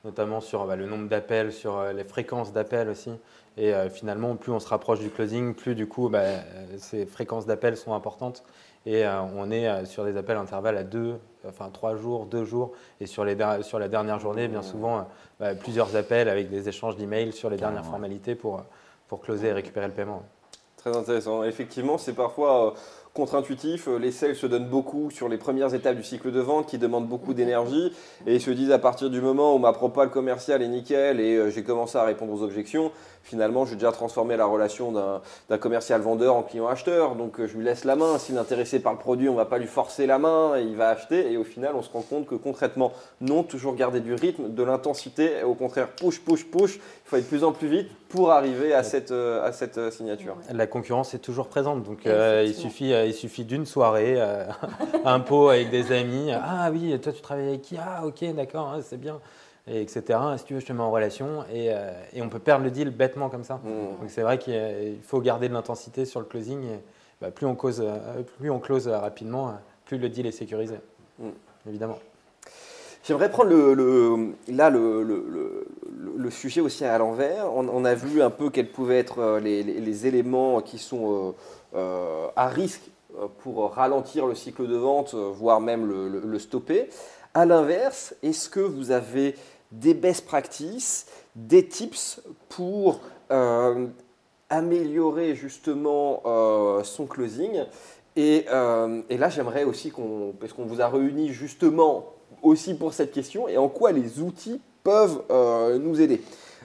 notamment sur bah, le nombre d'appels, sur euh, les fréquences d'appels aussi. Et euh, finalement, plus on se rapproche du closing, plus du coup, bah, ces fréquences d'appels sont importantes. Et euh, on est euh, sur des appels intervalles à deux, enfin trois jours, deux jours. Et sur, les der- sur la dernière journée, bien souvent, euh, bah, plusieurs appels avec des échanges d'emails sur les dernières formalités pour, pour closer et récupérer le paiement. Très intéressant. Effectivement, c'est parfois euh, contre-intuitif. Les sales se donnent beaucoup sur les premières étapes du cycle de vente qui demandent beaucoup d'énergie et ils se disent à partir du moment où ma propale commerciale est nickel et euh, j'ai commencé à répondre aux objections, finalement, j'ai déjà transformé la relation d'un, d'un commercial vendeur en client acheteur. Donc, euh, je lui laisse la main. S'il est intéressé par le produit, on ne va pas lui forcer la main et il va acheter. Et au final, on se rend compte que concrètement, non, toujours garder du rythme, de l'intensité. Au contraire, push, push, push. Il faut aller de plus en plus vite pour arriver à cette, euh, à cette euh, signature. La concurrence est toujours présente. Donc, euh, il suffit, euh, il suffit d'une soirée, euh, un pot avec des amis. Ah oui, toi, tu travailles avec qui? Ah ok, d'accord, hein, c'est bien. Et etc. Si tu veux, je te mets en relation et, euh, et on peut perdre le deal bêtement comme ça. Mmh. Donc c'est vrai qu'il faut garder de l'intensité sur le closing. Et, bah, plus, on cause, plus on close rapidement, plus le deal est sécurisé, mmh. évidemment. J'aimerais prendre le, le, là le, le, le, le sujet aussi à l'envers. On, on a vu un peu quels pouvaient être les, les, les éléments qui sont euh, euh, à risque pour ralentir le cycle de vente, voire même le, le, le stopper. À l'inverse, est-ce que vous avez des best practices, des tips pour euh, améliorer justement euh, son closing et, euh, et là, j'aimerais aussi qu'on, parce qu'on vous a réunis justement aussi pour cette question, et en quoi les outils peuvent euh, nous aider.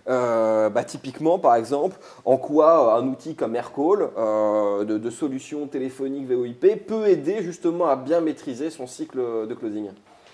Euh, bah, typiquement, par exemple, en quoi un outil comme Aircall euh, de, de solutions téléphoniques V O I P peut aider justement à bien maîtriser son cycle de closing.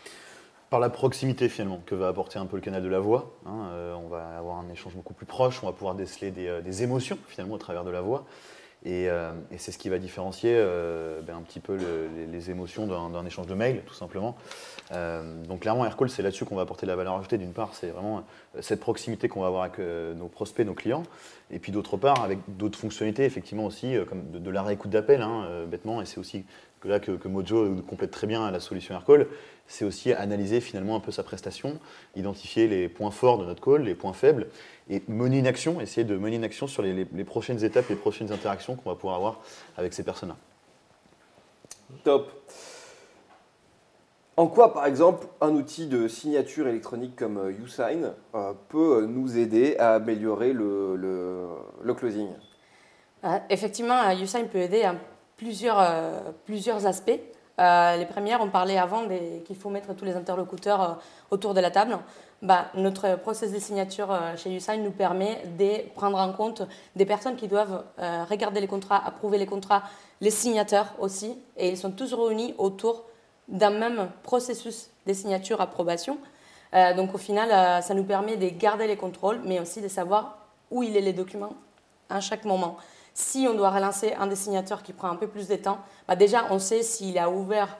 Par la proximité finalement que va apporter un peu le canal de la voix. Hein, euh, on va avoir un échange beaucoup plus proche, on va pouvoir déceler des, euh, des émotions finalement au travers de la voix. Et, euh, et c'est ce qui va différencier euh, ben, un petit peu le, les, les émotions d'un, d'un échange de mail, tout simplement. Euh, donc clairement, Aircall, c'est là-dessus qu'on va apporter de la valeur ajoutée. D'une part, c'est vraiment cette proximité qu'on va avoir avec euh, nos prospects, nos clients. Et puis d'autre part, avec d'autres fonctionnalités, effectivement aussi, euh, comme de, de la réécoute d'appel, hein, euh, bêtement. Et c'est aussi que là que, que Mojo complète très bien la solution Aircall. C'est aussi analyser finalement un peu sa prestation, identifier les points forts de notre call, les points faibles, et mener une action, essayer de mener une action sur les, les, les prochaines étapes, les prochaines interactions qu'on va pouvoir avoir avec ces personnes-là. Top. En quoi, par exemple, un outil de signature électronique comme YouSign euh, peut nous aider à améliorer le, le, le closing? euh, Effectivement, YouSign peut aider à plusieurs, euh, plusieurs aspects. Euh, les premières, on parlait avant des, qu'il faut mettre tous les interlocuteurs euh, autour de la table. Bah, notre process de signature euh, chez YouSign nous permet de prendre en compte des personnes qui doivent euh, regarder les contrats, approuver les contrats, les signateurs aussi, et ils sont tous réunis autour d'un même processus de signature-approbation. Euh, donc au final, euh, ça nous permet de garder les contrôles, mais aussi de savoir où il est les documents à chaque moment. Si on doit relancer un des signateurs qui prend un peu plus de temps, bah déjà on sait s'il a ouvert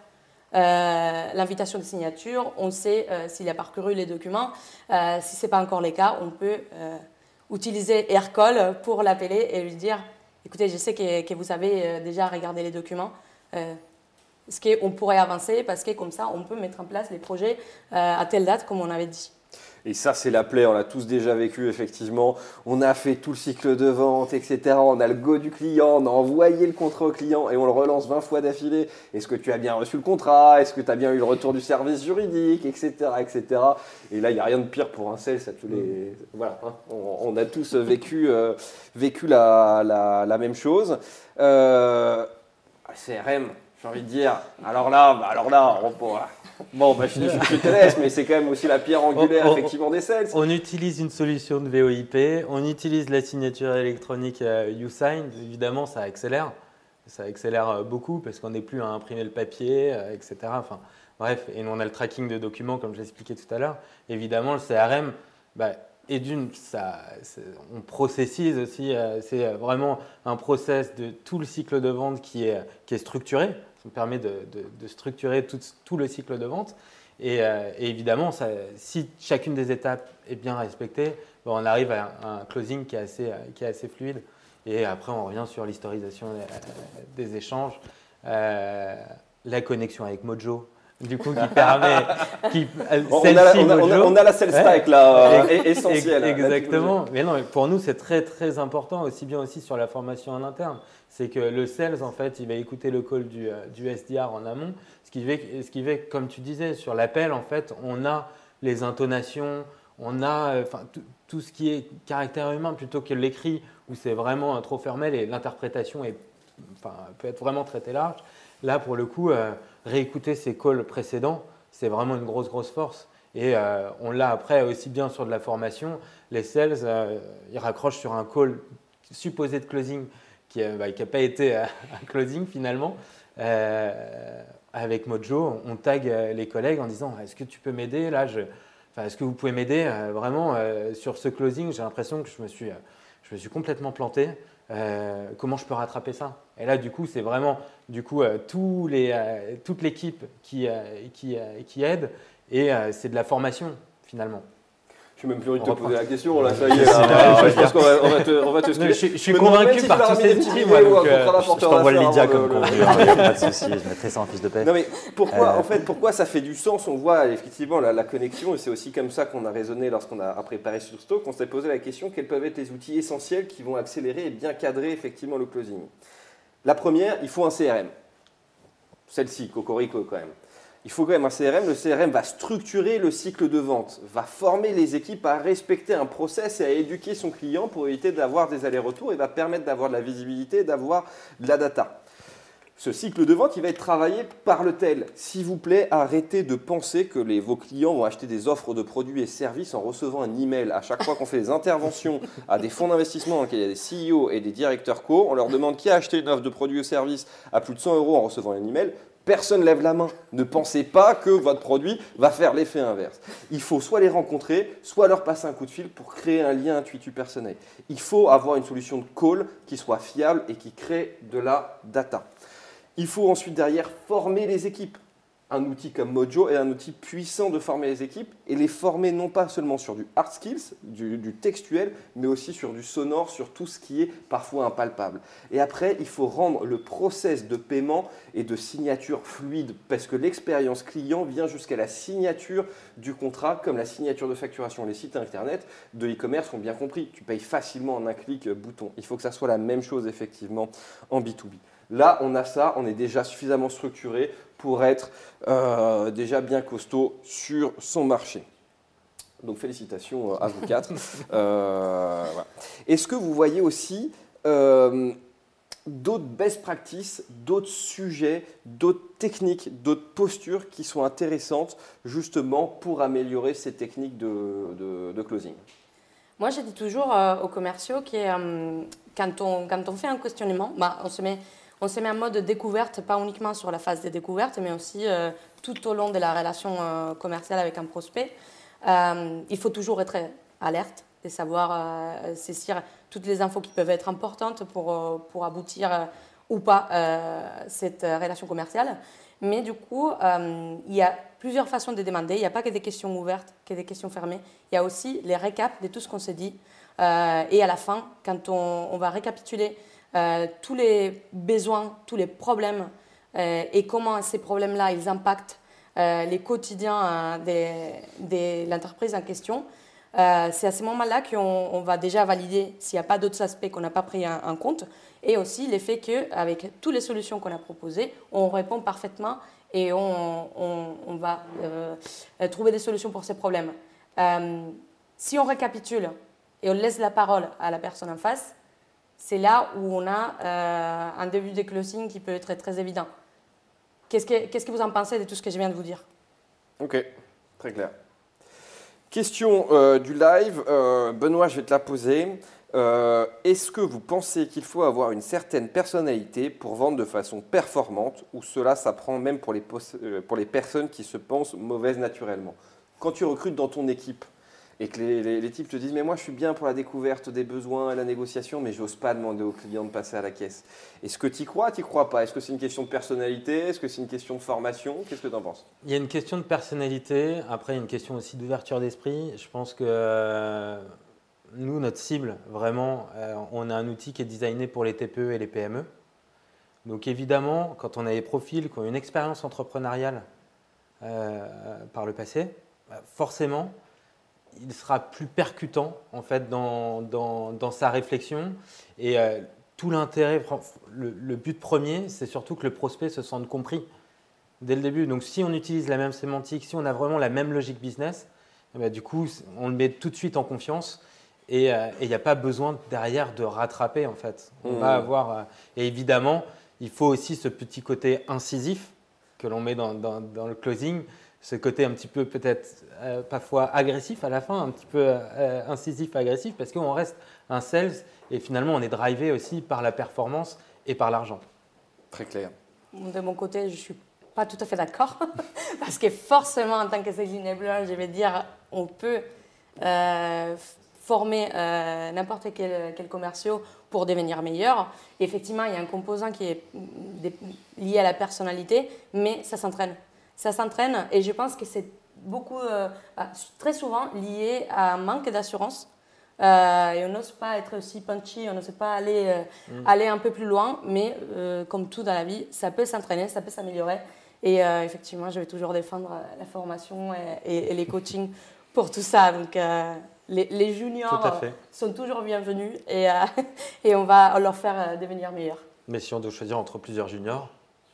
euh, l'invitation de signature, on sait euh, s'il a parcouru les documents. Euh, si ce n'est pas encore le cas, on peut euh, utiliser Aircall pour l'appeler et lui dire « Écoutez, je sais que, que vous avez déjà regardé les documents. Euh, est-ce qu'on pourrait avancer ?» Parce que comme ça, on peut mettre en place les projets euh, à telle date, comme on avait dit. Et ça, c'est la plaie, on l'a tous déjà vécu, effectivement. On a fait tout le cycle de vente, et cetera. On a le go du client, on a envoyé le contrat au client et on le relance vingt fois d'affilée. Est-ce que tu as bien reçu le contrat? Est-ce que tu as bien eu le retour du service juridique, et cetera, et cetera. Et là, il n'y a rien de pire pour un sales. À tous les... Voilà, hein. on, on a tous vécu, euh, vécu la, la, la même chose. Euh, C R M, j'ai envie de dire. Alors là, bah alors là, on pourra... Bon, bah, je, je, je te laisse, mais c'est quand même aussi la pierre angulaire, on, effectivement, des sales. On utilise une solution de V O I P, on utilise la signature électronique euh, YouSign. Évidemment, ça accélère. Ça accélère beaucoup parce qu'on n'est plus à imprimer le papier, euh, et cetera. Enfin, bref, et on a le tracking de documents, comme je l'expliquais tout à l'heure. Évidemment, le C R M, bah, et d'une, ça, on processise aussi. Euh, c'est vraiment un process de tout le cycle de vente qui est, qui est structuré. Ça permet de, de, de structurer tout, tout le cycle de vente. Et, euh, et évidemment, ça, si chacune des étapes est bien respectée, ben on arrive à un, un closing qui est, assez, qui est assez fluide. Et après, on revient sur l'historisation des, des échanges, euh, la connexion avec Mojo, du coup, qui permet… Qui, on, on, a la, on, a, on, a, on a la sales stack, ouais. là, euh, essentielle. Exactement. Mais non, pour nous, c'est très, très important, aussi bien aussi sur la formation en interne. C'est que le sales, en fait, il va écouter le call du, du S D R en amont. Ce qui fait, ce qui fait, comme tu disais, sur l'appel, en fait, on a les intonations, on a enfin, tout, tout ce qui est caractère humain plutôt que l'écrit, où c'est vraiment trop formel et l'interprétation est, enfin, peut être vraiment très large. Là, pour le coup, euh, réécouter ces calls précédents, c'est vraiment une grosse, grosse force. Et euh, on l'a après aussi bien sur de la formation. Les sales, euh, ils raccrochent sur un call supposé de closing qui n'a bah, pas été un closing finalement. Euh, avec Mojo, on tag les collègues en disant « Est-ce que tu peux m'aider là je, enfin, est-ce que vous pouvez m'aider euh, vraiment euh, sur ce closing, j'ai l'impression que je me suis, euh, je me suis complètement planté. Euh, comment je peux rattraper ça ?» Et là, du coup, c'est vraiment du coup, euh, tous les, euh, toute l'équipe qui, euh, qui, euh, qui aide et euh, c'est de la formation finalement. Je suis même plus envie de te poser la question, là, ça y est, là, je pense qu'on va, on va te, on va te je, je, je suis convaincu si par tous ces outils, moi, donc, euh, je t'envoie le Lydia comme convenu, pas de souci, je mettrai ça en fiche de paie. Non mais pourquoi, euh... en fait, pourquoi ça fait du sens? On voit effectivement la, la connexion, et c'est aussi comme ça qu'on a raisonné lorsqu'on a préparé sur Stock, on s'est posé la question, quels peuvent être les outils essentiels qui vont accélérer et bien cadrer effectivement le closing. La première, il faut un C R M. Celle-ci, Cocorico quand même. Il faut quand même un C R M. Le C R M va structurer le cycle de vente, va former les équipes à respecter un process et à éduquer son client pour éviter d'avoir des allers-retours et va permettre d'avoir de la visibilité, d'avoir de la data. Ce cycle de vente, il va être travaillé par le tel. S'il vous plaît, arrêtez de penser que les, vos clients vont acheter des offres de produits et services en recevant un email. À chaque fois qu'on fait des interventions à des fonds d'investissement dans lesquels il y a des C E O et des directeurs co, on leur demande qui a acheté une offre de produits ou services à plus de cent euros en recevant un email. Personne ne lève la main. Ne pensez pas que votre produit va faire l'effet inverse. Il faut soit les rencontrer, soit leur passer un coup de fil pour créer un lien intuitif personnel. Il faut avoir une solution de call qui soit fiable et qui crée de la data. Il faut ensuite derrière former les équipes. Un outil comme Mojo est un outil puissant de former les équipes et les former non pas seulement sur du hard skills, du, du textuel, mais aussi sur du sonore, sur tout ce qui est parfois impalpable. Et après, il faut rendre le process de paiement et de signature fluide parce que l'expérience client vient jusqu'à la signature du contrat comme la signature de facturation. Les sites internet de e-commerce ont bien compris, tu payes facilement en un clic bouton. Il faut que ça soit la même chose effectivement en B deux B. Là, on a ça, on est déjà suffisamment structuré pour être euh, déjà bien costaud sur son marché. Donc félicitations à vous quatre. euh, voilà. Est-ce que vous voyez aussi euh, d'autres best practices, d'autres sujets, d'autres techniques, d'autres postures qui sont intéressantes justement pour améliorer ces techniques de, de, de closing? Moi, je dis toujours euh, aux commerciaux que euh, quand, on, quand on fait un questionnement, bah, on se met... On se met en mode découverte, pas uniquement sur la phase de découverte, mais aussi euh, tout au long de la relation euh, commerciale avec un prospect. Euh, il faut toujours être alerte et savoir euh, saisir toutes les infos qui peuvent être importantes pour, euh, pour aboutir euh, ou pas euh, cette relation commerciale. Mais du coup, euh, il y a plusieurs façons de demander. Il n'y a pas que des questions ouvertes, que des questions fermées. Il y a aussi les récaps de tout ce qu'on s'est dit. Euh, et à la fin, quand on, on va récapituler Euh, tous les besoins, tous les problèmes euh, et comment ces problèmes-là ils impactent euh, les quotidiens euh, de l'entreprise en question. Euh, c'est à ce moment-là qu'on on va déjà valider s'il n'y a pas d'autres aspects qu'on n'a pas pris en, en compte et aussi l'effet qu'avec toutes les solutions qu'on a proposées, on répond parfaitement et on, on, on va euh, trouver des solutions pour ces problèmes. Euh, si on récapitule et on laisse la parole à la personne en face, c'est là où on a euh, un début de closing qui peut être très, très évident. Qu'est-ce que, qu'est-ce que vous en pensez de tout ce que je viens de vous dire? Ok, très clair. Question euh, du live. Euh, Benoît, je vais te la poser. Euh, est-ce que vous pensez qu'il faut avoir une certaine personnalité pour vendre de façon performante ou cela s'apprend même pour les, pour les personnes qui se pensent mauvaises naturellement? Quand tu recrutes dans ton équipe, et que les, les, les types te disent « mais moi je suis bien pour la découverte des besoins et la négociation, mais j'ose pas demander aux clients de passer à la caisse ». Est-ce que tu y crois, tu y crois pas? Est-ce que c'est une question de personnalité? Est-ce que c'est une question de formation? Qu'est-ce que tu en penses? Il y a une question de personnalité, après il y a une question aussi d'ouverture d'esprit. Je pense que euh, nous, notre cible, vraiment, euh, on a un outil qui est designé pour les T P E et les P M E. Donc évidemment, quand on a des profils qui ont une expérience entrepreneuriale, euh, par le passé, bah, forcément, il sera plus percutant en fait, dans, dans, dans sa réflexion. Et euh, tout l'intérêt, le, le but premier, c'est surtout que le prospect se sente compris dès le début. Donc si on utilise la même sémantique, si on a vraiment la même logique business, eh bien, du coup, on le met tout de suite en confiance. Et il euh, n'y a pas besoin derrière de rattraper en fait. On mmh. va avoir, euh, et évidemment, il faut aussi ce petit côté incisif que l'on met dans, dans, dans le closing, ce côté un petit peu peut-être euh, parfois agressif à la fin, un petit peu euh, incisif, agressif, parce qu'on reste un sales et finalement on est drivé aussi par la performance et par l'argent. Très clair. De mon côté, je ne suis pas tout à fait d'accord, parce que forcément en tant que sales enabler, je vais dire, on peut euh, former euh, n'importe quel, quel commerciaux pour devenir meilleur. Et effectivement, il y a un composant qui est lié à la personnalité, mais ça s'entraîne. Ça s'entraîne et je pense que c'est beaucoup, euh, très souvent lié à un manque d'assurance. Euh, et on n'ose pas être aussi punchy, on n'ose pas aller, euh, mmh. aller un peu plus loin, mais euh, comme tout dans la vie, ça peut s'entraîner, ça peut s'améliorer. Et euh, effectivement, je vais toujours défendre la formation et, et, et les coachings pour tout ça. Donc, euh, les, les juniors sont toujours bienvenus et, euh, et on va leur faire devenir meilleurs. Mais si on doit choisir entre plusieurs juniors,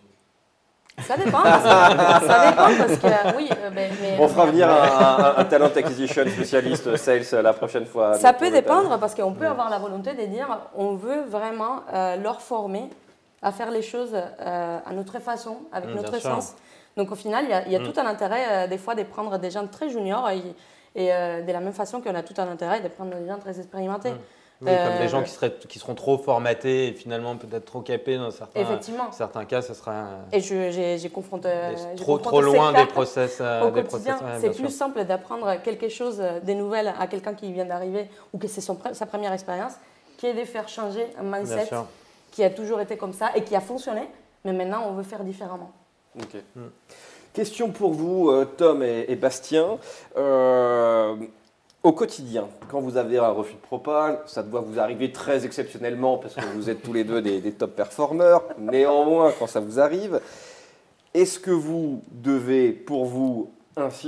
ça dépend, parce que, ça dépend parce que oui. Mais, mais, on fera venir un, un, un talent acquisition spécialiste sales la prochaine fois. Ça peut dépendre parce qu'on peut ouais. avoir la volonté de dire on veut vraiment euh, leur former à faire les choses euh, à notre façon, avec mmh, notre sens. Donc au final, il y a, il y a mmh. tout un intérêt euh, des fois de prendre des gens très juniors et, et euh, de la même façon qu'on a tout un intérêt de prendre des gens très expérimentés. Mmh. Oui, euh, comme des gens qui, seraient, qui seront trop formatés et finalement peut-être trop capés dans certains, certains cas, ce sera. Et je, j'ai, j'ai confronté. Trop, trop loin des process. Euh, au des quotidien, process, ouais, c'est plus sûr. simple d'apprendre quelque chose, des nouvelles à quelqu'un qui vient d'arriver ou que c'est son, sa première expérience, qui est de faire changer un mindset qui a toujours été comme ça et qui a fonctionné, mais maintenant on veut faire différemment. Ok. Hmm. Question pour vous, euh, Tom et, et Bastien. Euh, Au quotidien, quand vous avez un refus de propal, ça doit vous arriver très exceptionnellement parce que vous êtes tous les deux des, des top performeurs. Néanmoins, quand ça vous arrive, est-ce que vous devez, pour vous, insister ?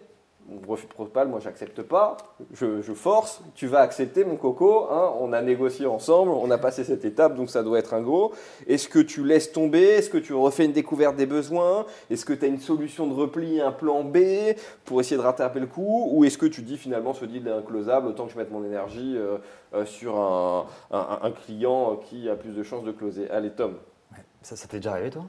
Refus de propal, moi j'accepte pas, je, je force, tu vas accepter mon coco, hein, on a négocié ensemble, on a passé cette étape, donc ça doit être un go. Est-ce que tu laisses tomber ? Est-ce que tu refais une découverte des besoins ? Est-ce que tu as une solution de repli, un plan B pour essayer de rattraper le coup ? Ou est-ce que tu dis finalement ce deal est inclosable, autant que je mette mon énergie euh, euh, sur un, un, un client qui a plus de chances de closer ? Allez Tom. Ça, ça t'est déjà arrivé toi ?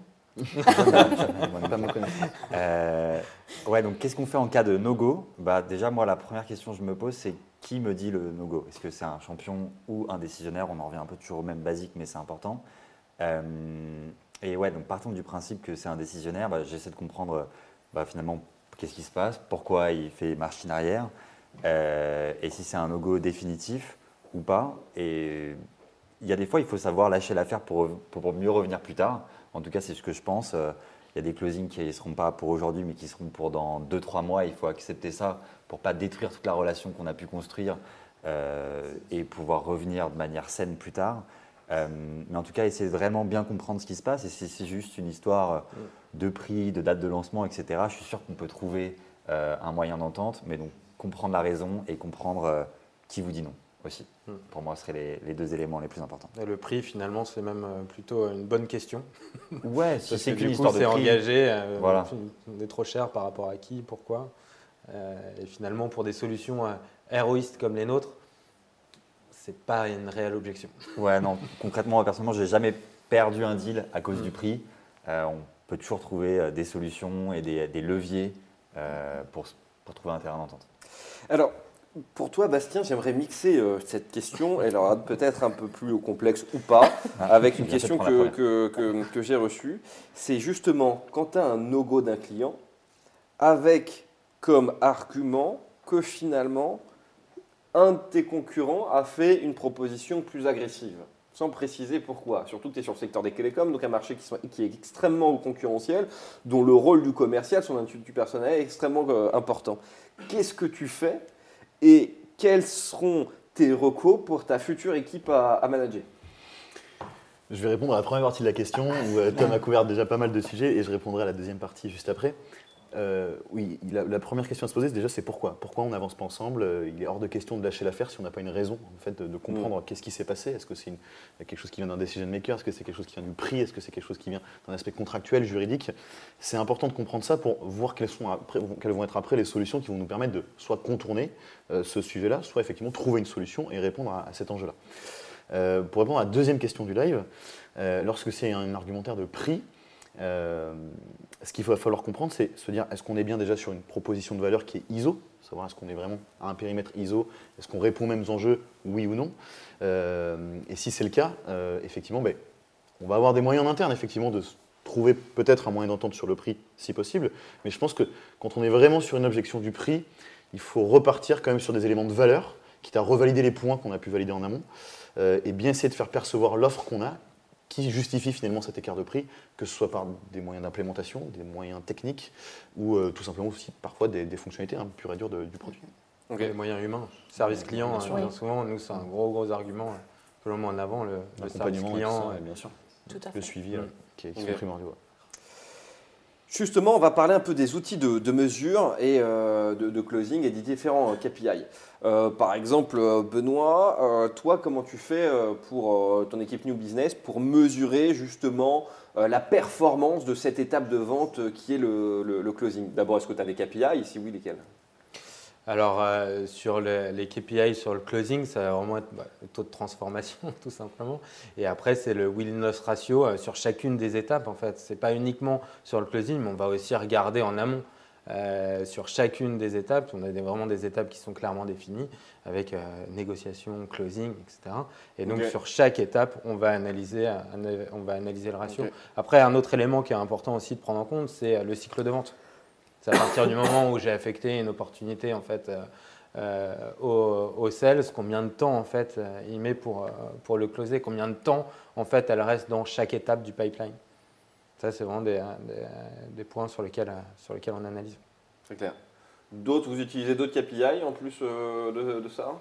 pas me connaître. Euh, ouais, donc qu'est-ce qu'on fait en cas de no-go ? Bah, déjà, moi, la première question que je me pose, c'est qui me dit le no-go ? Est-ce que c'est un champion ou un décisionnaire ? On en revient un peu toujours au même basique, mais c'est important. Euh, et ouais, donc partons du principe que c'est un décisionnaire, bah, j'essaie de comprendre bah, finalement qu'est-ce qui se passe, pourquoi il fait marche en arrière, euh, et si c'est un no-go définitif ou pas. Et il y a des fois, il faut savoir lâcher l'affaire pour, pour, pour mieux revenir plus tard. En tout cas, c'est ce que je pense. Il y a des closings qui ne seront pas pour aujourd'hui, mais qui seront pour dans deux trois mois. Il faut accepter ça pour ne pas détruire toute la relation qu'on a pu construire euh, et pouvoir revenir de manière saine plus tard. Euh, mais en tout cas, essayer de vraiment bien comprendre ce qui se passe. Et si c'est juste une histoire de prix, de date de lancement, et cetera, je suis sûr qu'on peut trouver euh, un moyen d'entente. Mais donc, comprendre la raison et comprendre euh, qui vous dit non aussi. Hmm. Pour moi, ce seraient les, les deux éléments les plus importants. Et le prix, finalement, c'est même plutôt une bonne question. Ouais, si c'est qu'une coup, histoire de c'est prix. engagé, euh, voilà. On est trop cher par rapport à qui, pourquoi. Euh, et finalement, pour des solutions euh, héroïstes comme les nôtres, c'est pas une réelle objection. Ouais, non. Concrètement, personnellement, j'ai jamais perdu un deal à cause hmm. du prix. Euh, on peut toujours trouver des solutions et des, des leviers euh, pour, pour trouver un terrain d'entente. Alors, pour toi, Bastien, j'aimerais mixer euh, cette question, elle aura peut-être un peu plus complexe ou pas, avec une question que, que, que, que j'ai reçue. C'est justement quand tu as un no-go d'un client, avec comme argument que finalement, un de tes concurrents a fait une proposition plus agressive, sans préciser pourquoi. Surtout que tu es sur le secteur des télécoms, donc un marché qui, sont, qui est extrêmement concurrentiel, dont le rôle du commercial, son attitude du personnel est extrêmement euh, important. Qu'est-ce que tu fais ? Et quels seront tes recos pour ta future équipe à, à manager ? Je vais répondre à la première partie de la question où euh, Tom a couvert déjà pas mal de sujets et je répondrai à la deuxième partie juste après. Euh, oui, la, la première question à se poser, déjà, c'est pourquoi Pourquoi on n'avance pas ensemble? Il est hors de question de lâcher l'affaire si on n'a pas une raison en fait, de, de comprendre mmh. qu'est-ce qui s'est passé. Est-ce que c'est une, quelque chose qui vient d'un decision maker? Est-ce que c'est quelque chose qui vient du prix? Est-ce que c'est quelque chose qui vient d'un aspect contractuel, juridique? C'est important de comprendre ça pour voir quelles, sont après, quelles vont être après les solutions qui vont nous permettre de soit contourner euh, ce sujet-là, soit effectivement trouver une solution et répondre à, à cet enjeu-là. Euh, pour répondre à la deuxième question du live, euh, lorsque c'est un argumentaire de prix, Euh, ce qu'il va falloir comprendre, c'est se dire est-ce qu'on est bien déjà sur une proposition de valeur qui est I S O, savoir est-ce qu'on est vraiment à un périmètre I S O, est-ce qu'on répond aux mêmes enjeux, oui ou non. Euh, et si c'est le cas, euh, effectivement, ben, on va avoir des moyens en interne effectivement de trouver peut-être un moyen d'entente sur le prix si possible, mais je pense que quand on est vraiment sur une objection du prix, il faut repartir quand même sur des éléments de valeur, quitte à revalider les points qu'on a pu valider en amont, euh, et bien essayer de faire percevoir l'offre qu'on a, qui justifie finalement cet écart de prix, que ce soit par des moyens d'implémentation, des moyens techniques, ou euh, tout simplement aussi parfois des, des fonctionnalités hein, pure et dure de, du produit. Okay. Les moyens humains. Service client, euh, bien souvent, nous c'est un gros gros argument, euh, que l'on met en avant, le, le service client. Ça, bien sûr. Tout à fait. Le suivi, mmh. euh, qui est, qui okay. est primordial. Justement, on va parler un peu des outils de, de mesure et euh, de, de closing et des différents K P I. Euh, par exemple, Benoît, euh, toi, comment tu fais pour euh, ton équipe New Business pour mesurer justement euh, la performance de cette étape de vente euh, qui est le, le, le closing? D'abord, est-ce que tu as des K P I et si oui, lesquels? Alors, euh, sur le, les K P I sur le closing, ça va vraiment être bah, le taux de transformation, tout simplement. Et après, c'est le win-loss ratio euh, sur chacune des étapes, en fait. Ce n'est pas uniquement sur le closing, mais on va aussi regarder en amont. Euh, sur chacune des étapes, on a des, vraiment des étapes qui sont clairement définies, avec euh, négociation, closing, et cetera. Et donc, okay. sur chaque étape, on va analyser, on va analyser le ratio. Okay. Après, un autre élément qui est important aussi de prendre en compte, c'est le cycle de vente. C'est à partir du moment où j'ai affecté une opportunité en fait, euh, euh, au, au sales, combien de temps en fait, euh, il met pour, euh, pour le closer, combien de temps en fait, elle reste dans chaque étape du pipeline. Ça, c'est vraiment des, des, des points sur lesquels, sur lesquels on analyse. C'est clair. D'autres, vous utilisez d'autres K P I en plus euh, de, de ça?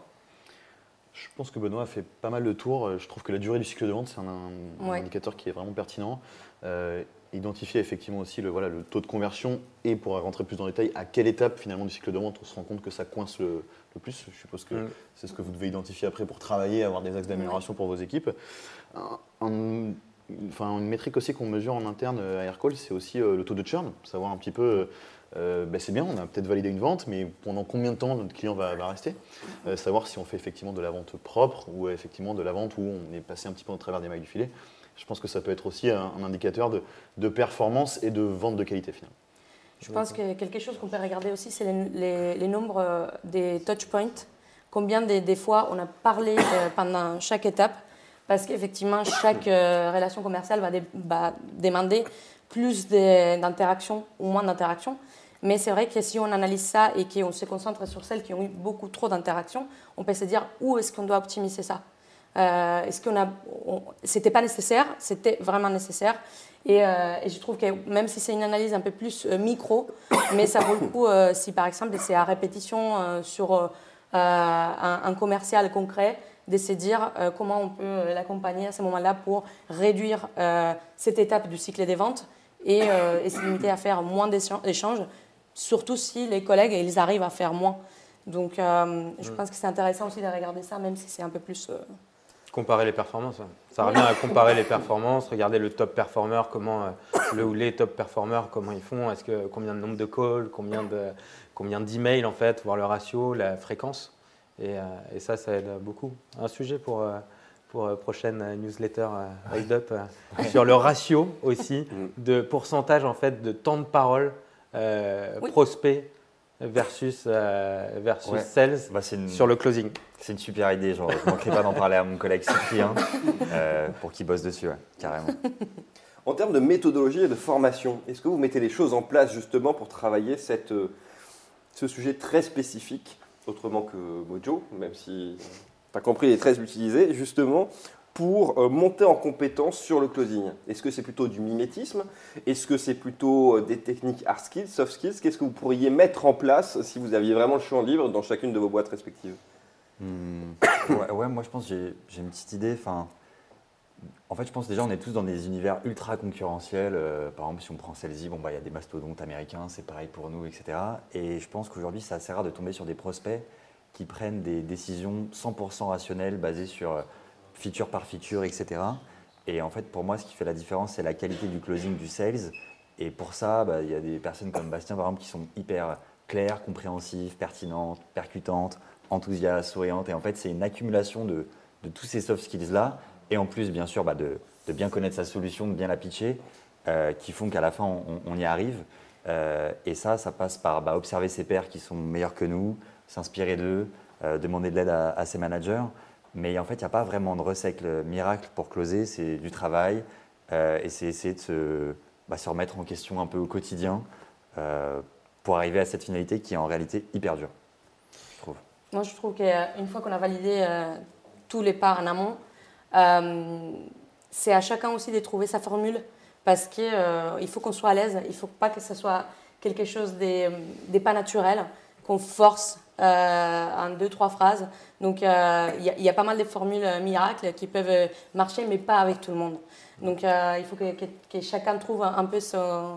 Je pense que Benoît a fait pas mal de tours. Je trouve que la durée du cycle de vente, c'est un, un, ouais. un indicateur qui est vraiment pertinent. Euh, identifier effectivement aussi le, voilà, le taux de conversion et pour rentrer plus dans le détail, à quelle étape finalement du cycle de vente on se rend compte que ça coince le, le plus. Je suppose que mmh. c'est ce que vous devez identifier après pour travailler, avoir des axes d'amélioration mmh. pour vos équipes. Un, un, enfin, une métrique aussi qu'on mesure en interne à Aircall, c'est aussi euh, le taux de churn, savoir un petit peu, euh, ben c'est bien, on a peut-être validé une vente, mais pendant combien de temps notre client va, va rester, euh, savoir si on fait effectivement de la vente propre ou effectivement de la vente où on est passé un petit peu au travers des mailles du filet. Je pense que ça peut être aussi un, un indicateur de, de performance et de vente de qualité finalement. Je pense que quelque chose qu'on peut regarder aussi, c'est les, les, les nombres des touch points. Combien des, des fois on a parlé euh, pendant chaque étape, parce qu'effectivement chaque euh, relation commerciale va, dé, va demander plus d'interactions ou moins d'interactions. Mais c'est vrai que si on analyse ça et qu'on se concentre sur celles qui ont eu beaucoup trop d'interactions, on peut se dire où est-ce qu'on doit optimiser ça. Euh, est-ce qu'on a, on, c'était pas nécessaire, c'était vraiment nécessaire. Et, euh, et je trouve que même si c'est une analyse un peu plus euh, micro, mais ça vaut le coup euh, si par exemple c'est à répétition euh, sur euh, un, un commercial concret, de se dire euh, comment on peut l'accompagner à ce moment-là pour réduire euh, cette étape du cycle des ventes et, euh, et se limiter à faire moins d'échanges, surtout si les collègues ils arrivent à faire moins. Donc euh, je pense que c'est intéressant aussi de regarder ça, même si c'est un peu plus... Euh, Comparer les performances, ça revient à comparer les performances, regarder le top performer, comment euh, le ou les top performers, comment ils font, est-ce que combien de nombre de calls, combien de combien d'emails en fait, voir le ratio, la fréquence, et, euh, et ça, ça aide beaucoup. Un sujet pour euh, pour euh, prochaine newsletter euh, Rise-Up euh, sur le ratio aussi de pourcentage en fait de temps de parole euh, oui. prospect versus, euh, versus ouais. sales bah, une, sur le closing. C'est une super idée, genre, je ne manquerai pas d'en parler à mon collègue Cyprien euh, pour qu'il bosse dessus, ouais, carrément. En termes de méthodologie et de formation, est-ce que vous mettez les choses en place justement pour travailler cette, euh, ce sujet très spécifique, autrement que Mojo, même si, tu as compris, il est très utilisé, justement, pour euh, monter en compétence sur le closing? Est-ce que c'est plutôt du mimétisme? Est-ce que c'est plutôt euh, des techniques hard skills, soft skills? Qu'est-ce que vous pourriez mettre en place si vous aviez vraiment le champ libre dans chacune de vos boîtes respectives? Mmh, ouais, ouais, moi je pense que j'ai, j'ai une petite idée. Enfin, En fait, je pense déjà on est tous dans des univers ultra concurrentiels. Euh, par exemple, si on prend Sellsy, bon, bah, il y a des mastodontes américains, c'est pareil pour nous, et cetera. Et je pense qu'aujourd'hui, c'est assez rare de tomber sur des prospects qui prennent des décisions cent pour cent rationnelles basées sur euh, feature par feature, et cetera. Et en fait, pour moi, ce qui fait la différence, c'est la qualité du closing du sales. Et pour ça, bah, il y a des personnes comme Bastien, par exemple, qui sont hyper claires, compréhensives, pertinentes, percutantes, enthousiastes, souriantes. Et en fait, c'est une accumulation de, de tous ces soft skills-là. Et en plus, bien sûr, bah, de, de bien connaître sa solution, de bien la pitcher, euh, qui font qu'à la fin, on, on y arrive. Euh, et ça, ça passe par bah, observer ses pairs qui sont meilleurs que nous, s'inspirer d'eux, euh, demander de l'aide à, à ses managers. Mais en fait, il n'y a pas vraiment de recette miracle pour closer, c'est du travail euh, et c'est essayer de se, bah, se remettre en question un peu au quotidien euh, pour arriver à cette finalité qui est en réalité hyper dure, je trouve. Moi, je trouve qu'une fois qu'on a validé euh, tous les pas en amont, euh, c'est à chacun aussi de trouver sa formule parce qu'il euh, faut qu'on soit à l'aise, il ne faut pas que ce soit quelque chose des, des pas naturels, qu'on force euh, en deux, trois phrases. Donc, il euh, y, y a pas mal de formules miracles qui peuvent marcher, mais pas avec tout le monde. Donc, euh, il faut que, que, que chacun trouve un, un peu son,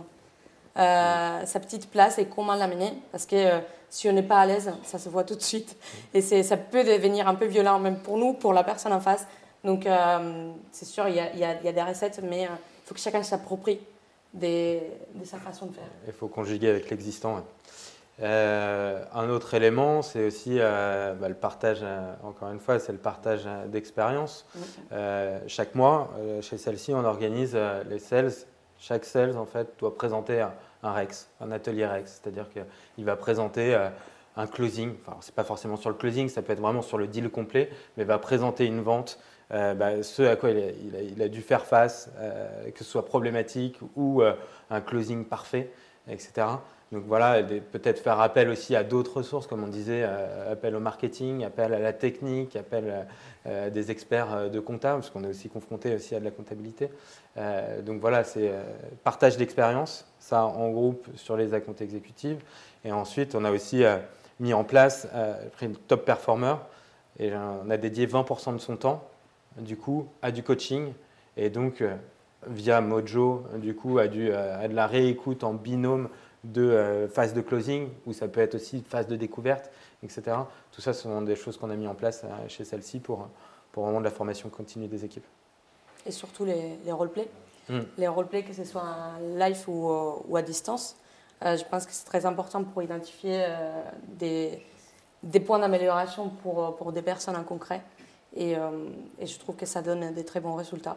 euh, sa petite place et comment l'amener. Parce que euh, si on n'est pas à l'aise, ça se voit tout de suite. Et ça peut devenir un peu violent, même pour nous, pour la personne en face. Donc, euh, c'est sûr, il y a, y, a, y a des recettes, mais il euh, faut que chacun s'approprie de sa façon de faire. Il faut conjuguer avec l'existant. Ouais. Euh, un autre élément, c'est aussi euh, bah, le partage, euh, encore une fois, c'est le partage euh, d'expérience. Mmh. Euh, chaque mois, euh, chez Sellsy, on organise euh, les sales. Chaque sales, en fait, doit présenter un, un Rex, un atelier Rex. C'est-à-dire qu'il va présenter euh, un closing. Enfin, ce n'est pas forcément sur le closing, ça peut être vraiment sur le deal complet, mais va présenter une vente, euh, bah, ce à quoi il a, il a, il a dû faire face, euh, que ce soit problématique ou euh, un closing parfait, et cetera. Donc voilà, peut-être faire appel aussi à d'autres ressources, comme on disait, euh, appel au marketing, appel à la technique, appel à euh, des experts de compta, parce qu'on est aussi confronté aussi à de la comptabilité. Euh, donc voilà, c'est euh, partage d'expérience, ça en groupe sur les accounts exécutives. Et ensuite, on a aussi euh, mis en place, euh, pris une top performer, et on a dédié vingt pour cent de son temps, du coup, à du coaching. Et donc, euh, via Mojo, du coup, à, du, à de la réécoute en binôme de euh, phase de closing, ou ça peut être aussi phase de découverte, et cetera. Tout ça, ce sont des choses qu'on a mis en place euh, chez Sellsy pour, pour vraiment de la formation continue des équipes. Et surtout les, les roleplays. Mm. Les roleplays, que ce soit en live ou, ou à distance, euh, je pense que c'est très important pour identifier euh, des, des points d'amélioration pour, pour des personnes en concret. Et, euh, et je trouve que ça donne des très bons résultats.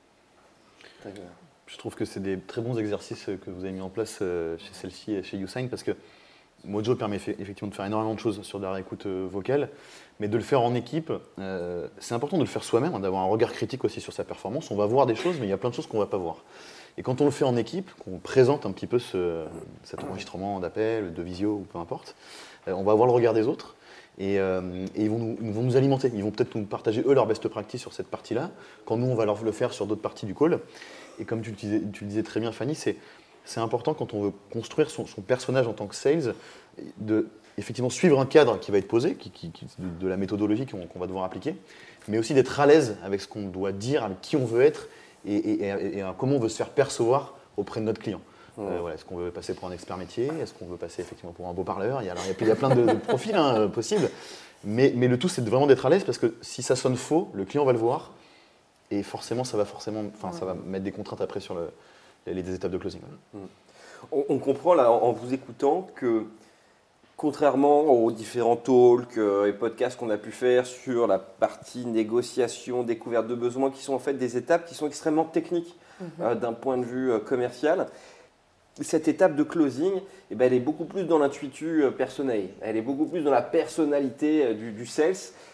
D'accord. Je trouve que c'est des très bons exercices que vous avez mis en place chez Sellsy et chez YouSign parce que Mojo permet effectivement de faire énormément de choses sur de la réécoute vocale, mais de le faire en équipe, euh, c'est important de le faire soi-même, hein, d'avoir un regard critique aussi sur sa performance. On va voir des choses, mais il y a plein de choses qu'on ne va pas voir. Et quand on le fait en équipe, qu'on présente un petit peu ce, cet enregistrement d'appel, de visio ou peu importe, euh, on va avoir le regard des autres. Et, euh, et ils, vont nous, ils vont nous alimenter. Ils vont peut-être nous partager, eux, leur best practice sur cette partie-là, quand nous, on va leur le faire sur d'autres parties du call. Et comme tu le disais, tu le disais très bien, Fanny, c'est, c'est important quand on veut construire son, son personnage en tant que sales, de effectivement suivre un cadre qui va être posé, qui, qui, qui, de, de la méthodologie qu'on, qu'on va devoir appliquer, mais aussi d'être à l'aise avec ce qu'on doit dire, avec qui on veut être et, et, et, et comment on veut se faire percevoir auprès de notre client. Mmh. Euh, voilà, est-ce qu'on veut passer pour un expert métier? Est-ce qu'on veut passer effectivement pour un beau parleur? Il y a, alors, il y a, il y a plein de, de profils hein, possibles, mais, mais le tout, c'est de vraiment d'être à l'aise parce que si ça sonne faux, le client va le voir. Et forcément, ça va forcément, enfin, ouais. ça va mettre des contraintes après sur le, les, les étapes de closing. Mmh. On, on comprend là, en, en vous écoutant, que contrairement aux différents talks euh, et podcasts qu'on a pu faire sur la partie négociation, découverte de besoins, qui sont en fait des étapes qui sont extrêmement techniques mmh. euh, d'un point de vue euh, commercial, cette étape de closing, eh ben, elle est beaucoup plus dans l'intuitu euh, personnel. Elle est beaucoup plus dans la personnalité euh, du, du sales.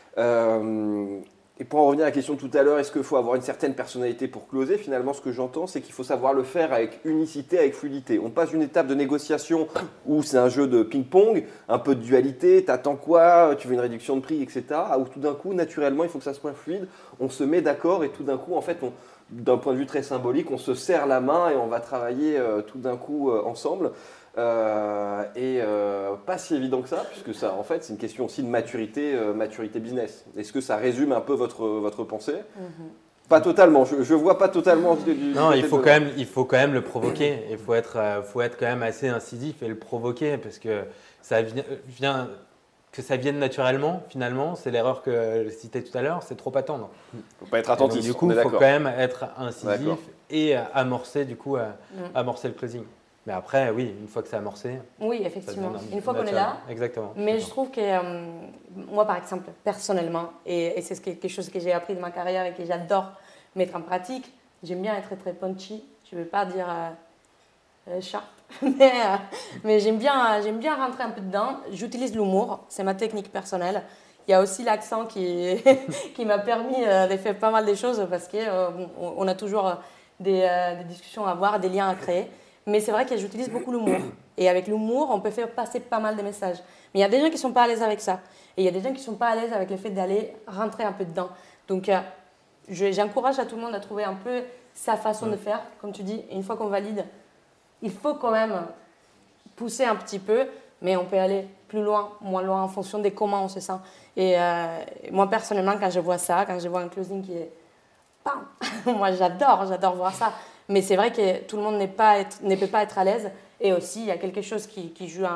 Euh, Et pour en revenir à la question de tout à l'heure, est-ce qu'il faut avoir une certaine personnalité pour closer? Finalement, ce que j'entends, c'est qu'il faut savoir le faire avec unicité, avec fluidité. On passe d'une étape de négociation où c'est un jeu de ping-pong, un peu de dualité, t'attends quoi, tu veux une réduction de prix, et cetera. Où tout d'un coup, naturellement, il faut que ça soit fluide, on se met d'accord et tout d'un coup, en fait, on, d'un point de vue très symbolique, on se serre la main et on va travailler euh, tout d'un coup euh, ensemble. Euh, et euh, pas si évident que ça, puisque ça, en fait, c'est une question aussi de maturité, euh, maturité business. Est-ce que ça résume un peu votre, votre pensée? mmh. Pas totalement, je ne vois pas totalement du, du Non, côté il faut, de- quand même, il faut quand même le provoquer. Il faut être, euh, faut être quand même assez incisif et le provoquer parce que ça vient, vient- que ça vienne naturellement, finalement, c'est l'erreur que je citais tout à l'heure, c'est trop attendre. faut pas être Et donc, attentif, du on coup, est il faut d'accord. quand même être incisif D'accord. et euh, amorcer, du coup, euh, Mm. amorcer le closing. Mais après, oui, une fois que c'est amorcé, Oui, ça effectivement. devient Une fois qu'on est naturel. là, Exactement. mais je trouve que euh, moi, par exemple, personnellement, et, et c'est ce que- quelque chose que j'ai appris de ma carrière et que j'adore mettre en pratique, j'aime bien être très punchy. Je ne veux pas dire euh, euh, sharp, mais, euh, mais j'aime bien, j'aime bien rentrer un peu dedans. J'utilise l'humour, c'est ma technique personnelle. Il y a aussi l'accent qui, qui m'a permis euh, de faire pas mal de choses parce qu'on euh, bon, on a toujours des, euh, des discussions à avoir, des liens à créer. Mais c'est vrai que j'utilise beaucoup l'humour. Et avec l'humour, on peut faire passer pas mal de messages. Mais il y a des gens qui ne sont pas à l'aise avec ça. Et il y a des gens qui ne sont pas à l'aise avec le fait d'aller rentrer un peu dedans. Donc, euh, je- j'encourage à tout le monde à trouver un peu sa façon de faire. Comme tu dis, une fois qu'on valide, il faut quand même pousser un petit peu, mais on peut aller plus loin, moins loin, en fonction de comment on se sent. Et euh, moi, personnellement, quand je vois ça, quand je vois un closing qui est... Bam moi, j'adore, j'adore voir ça. Mais c'est vrai que tout le monde n'est pas être- ne peut pas être à l'aise. Et aussi, il y a quelque chose qui, qui joue un,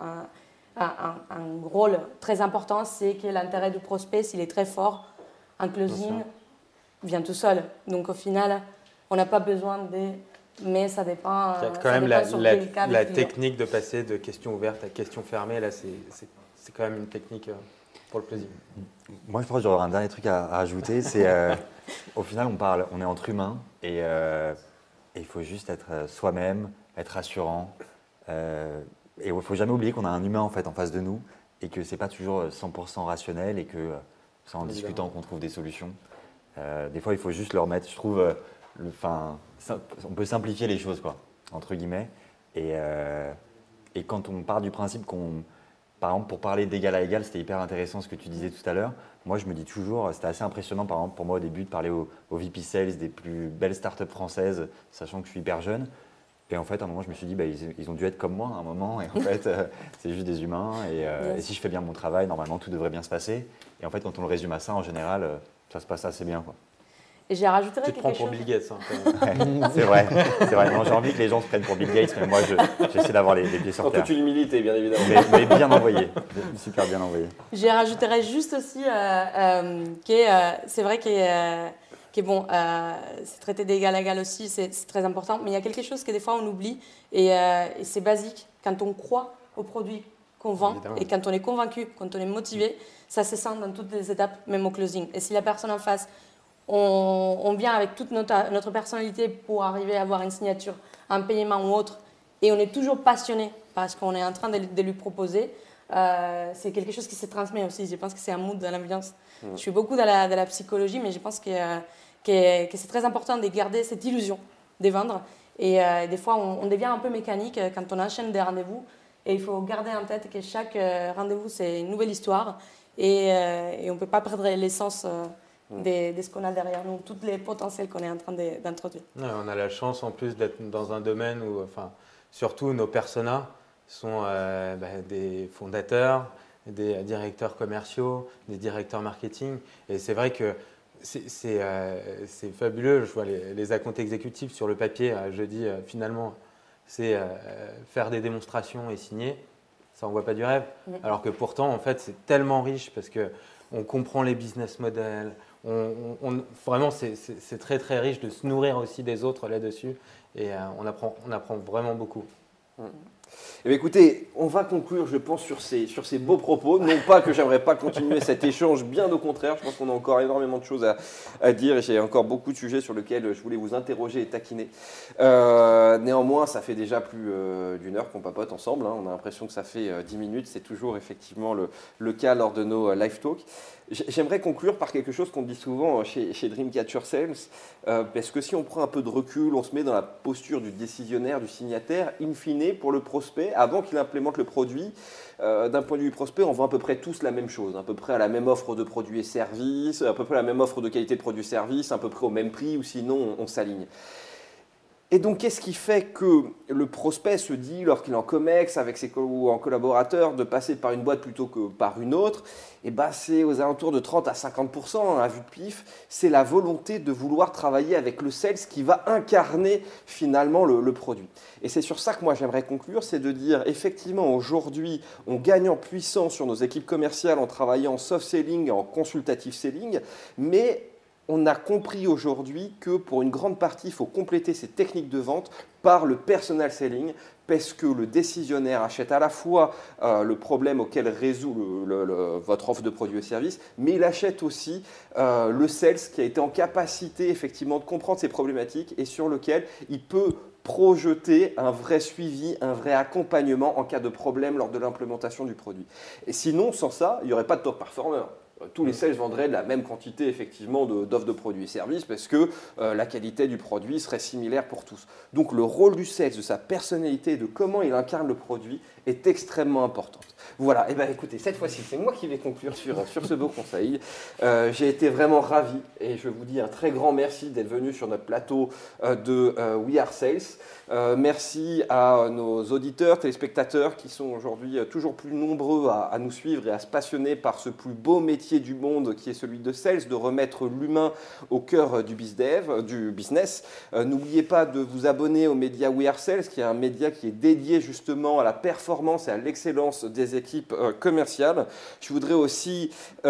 un- un- un- un rôle très important, c'est que l'intérêt du prospect, s'il est très fort, un closing vient tout seul. Donc, au final, on n'a pas besoin de... Mais ça dépend, Il y a euh, quand ça même dépend la, sur la- quel cas de la client. technique de passer de question ouverte à question fermée. Là, c'est c'est- c'est quand même une technique euh, pour le closing. Moi, je pense que j'aurais un dernier truc à, à ajouter. C'est euh, au final, on parle, on est entre humains et euh, et il faut juste être euh, soi-même, être rassurant. Euh, et il ne faut jamais oublier qu'on a un humain en fait en face de nous et que c'est pas toujours euh, cent pour cent rationnel et que euh, c'est en Évidemment. discutant qu'on trouve des solutions. Euh, des fois, il faut juste le remettre. Je trouve, euh, le- enfin, sim- on peut simplifier les choses quoi, entre guillemets. Et, euh, et quand on part du principe qu'on par exemple, pour parler d'égal à égal, c'était hyper intéressant ce que tu disais tout à l'heure. Moi, je me dis toujours, c'était assez impressionnant, par exemple, pour moi au début, de parler aux, aux V P Sales des plus belles startups françaises, sachant que je suis hyper jeune. Et en fait, à un moment, je me suis dit, bah, ils, ils ont dû être comme moi à un moment. Et en fait, euh, c'est juste des humains. Et, euh, Yes. et si je fais bien mon travail, normalement, tout devrait bien se passer. Et en fait, quand on le résume à ça, en général, euh, ça se passe assez bien, quoi. Et j'ai rajouté Tu te quelque prends chose. pour Bill Gates. Hein, quand même. Ouais, c'est vrai, c'est vrai. Non, j'ai envie que les gens se prennent pour Bill Gates, mais moi, je- j'essaie d'avoir les, les pieds sur En terre. toute humilité, bien évidemment. Mais, mais bien envoyé, super bien envoyé. Je rajouterais juste aussi euh, euh, que euh, c'est vrai que, euh, que bon, euh, c'est traité d'égal à égal aussi, c'est c'est très important, mais il y a quelque chose que des fois on oublie et, euh, et c'est basique. Quand on croit au produit qu'on vend Évidemment. et quand on est convaincu, quand on est motivé, ça se sent dans toutes les étapes, même au closing. Et si la personne en face, on, on vient avec toute notre, notre personnalité pour arriver à avoir une signature, un paiement ou autre, et on est toujours passionné parce qu'on est en train de, de lui proposer, euh, c'est quelque chose qui se transmet aussi. Je pense que c'est un mood dans l'ambiance. Je suis beaucoup dans la, dans la psychologie, mais je pense que, euh, que, que c'est très important de garder cette illusion de vendre. Et euh, des fois, on, on devient un peu mécanique euh, quand on enchaîne des rendez-vous. Et il faut garder en tête que chaque euh, rendez-vous, c'est une nouvelle histoire. Et, euh, et on ne peut pas perdre l'essence euh, de, de ce qu'on a derrière nous, tous les potentiels qu'on est en train de- d'introduire. Ouais, on a la chance en plus d'être dans un domaine où, enfin, surtout nos personas sont euh, bah, des fondateurs, des directeurs commerciaux, des directeurs marketing. Et c'est vrai que c'est c'est, euh, c'est fabuleux. Je vois les, les accounts exécutifs sur le papier. euh, je dis euh, finalement, c'est euh, faire des démonstrations et signer. Ça envoie pas du rêve. Mm. Alors que pourtant, en fait, c'est tellement riche parce que on comprend les business models. On, on- on- vraiment, c'est c'est- c'est très très riche de se nourrir aussi des autres là-dessus. Et euh, on, apprend, on apprend vraiment beaucoup. Eh bien, écoutez, on va conclure, je pense, sur ces, sur ces beaux propos. Non pas que j'aimerais pas continuer cet échange, bien au contraire. Je pense qu'on a encore énormément de choses à, à dire et j'ai encore beaucoup de sujets sur lesquels je voulais vous interroger et taquiner. Euh, néanmoins, ça fait déjà plus euh, d'une heure qu'on papote ensemble. Hein. On a l'impression que ça fait euh, dix minutes. C'est toujours effectivement le, le cas lors de nos euh, live talks. J'ai- J'aimerais conclure par quelque chose qu'on dit souvent euh, chez, chez Dreamcatcher Sales, euh, parce que si on prend un peu de recul, on se met dans la posture du décisionnaire, du signataire, in fine, pour le prospect, avant qu'il implémente le produit, euh, d'un point de vue prospect, on vend à peu près tous la même chose, à peu près à la même offre de produits et services, à peu près la même offre de qualité de produits et services, à peu près au même prix, ou sinon on, on s'aligne. Et donc, qu'est-ce qui fait que le prospect se dit, lorsqu'il est en comex avec ses co ou en collaborateur, de passer par une boîte plutôt que par une autre? Et ben, c'est aux alentours de trente à cinquante pour cent, à vue de pif. C'est la volonté de vouloir travailler avec le sales qui va incarner finalement le, le produit. Et c'est sur ça que moi j'aimerais conclure, c'est de dire effectivement aujourd'hui, on gagne en puissance sur nos équipes commerciales en travaillant en soft selling et en consultative selling, mais on a compris aujourd'hui que pour une grande partie, il faut compléter ces techniques de vente par le personal selling, parce que le décisionnaire achète à la fois euh, le problème auquel résout le, le, le, votre offre de produits et services, mais il achète aussi euh, le sales qui a été en capacité effectivement de comprendre ces problématiques et sur lequel il peut projeter un vrai suivi, un vrai accompagnement en cas de problème lors de l'implémentation du produit. Et sinon, sans ça, il n'y aurait pas de top performer. Tous les sales vendraient de la même quantité effectivement d'offres de, de produits et services parce que euh, la qualité du produit serait similaire pour tous. Donc le rôle du sales, de sa personnalité, de comment il incarne le produit est extrêmement important. Voilà, et bien écoutez, cette fois-ci, c'est moi qui vais conclure sur, sur ce beau conseil. Euh, J'ai été vraiment ravi et je vous dis un très grand merci d'être venu sur notre plateau euh, de euh, We Are Sales. Euh, merci à nos auditeurs, téléspectateurs qui sont aujourd'hui toujours plus nombreux à, à nous suivre et à se passionner par ce plus beau métier du monde qui est celui de sales, de remettre l'humain au cœur du bizdev, du business. Euh, N'oubliez pas de vous abonner au média We Are Sales, qui est un média qui est dédié justement à la performance et à l'excellence des équipes euh, commerciales. Je voudrais aussi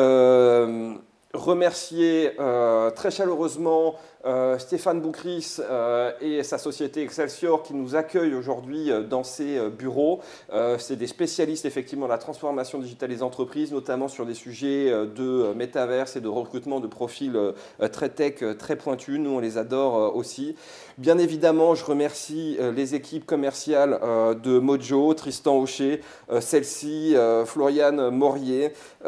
euh, remercier euh, très chaleureusement Euh, Stéphane Boucris euh, et sa société Excelsior qui nous accueillent aujourd'hui euh, dans ses euh, bureaux. Euh, c'est des spécialistes effectivement de la transformation digitale des entreprises, notamment sur des sujets euh, de euh, métaverse et de recrutement de profils euh, très tech, euh, très pointus. Nous, on les adore euh, aussi. Bien évidemment, je remercie euh, les équipes commerciales euh, de Mojo, Tristan Hocher, euh, celle-ci, euh, Floriane Morier,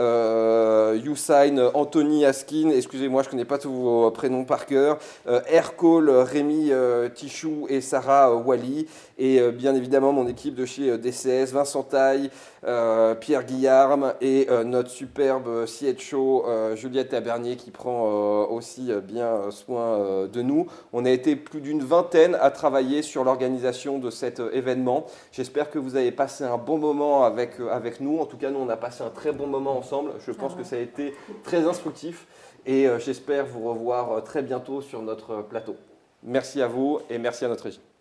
euh, Usain, Anthony Askin, excusez-moi, je ne connais pas tous vos prénoms par cœur, Euh, Aircall, Rémi euh, Tichou et Sarah euh, Wally, et euh, bien évidemment mon équipe de chez euh, D C S, Vincent Taille, euh, Pierre Guillarme et euh, notre superbe C H O euh, Juliette Tabernier qui prend euh, aussi euh, bien euh, soin euh, de nous. On a été plus d'une vingtaine à travailler sur l'organisation de cet euh, événement. J'espère que vous avez passé un bon moment avec, euh, avec nous. En tout cas, nous, on a passé un très bon moment ensemble. Je pense que ça a été très instructif. Et euh, j'espère vous revoir très bientôt sur notre plateau. Merci à vous et merci à notre régie.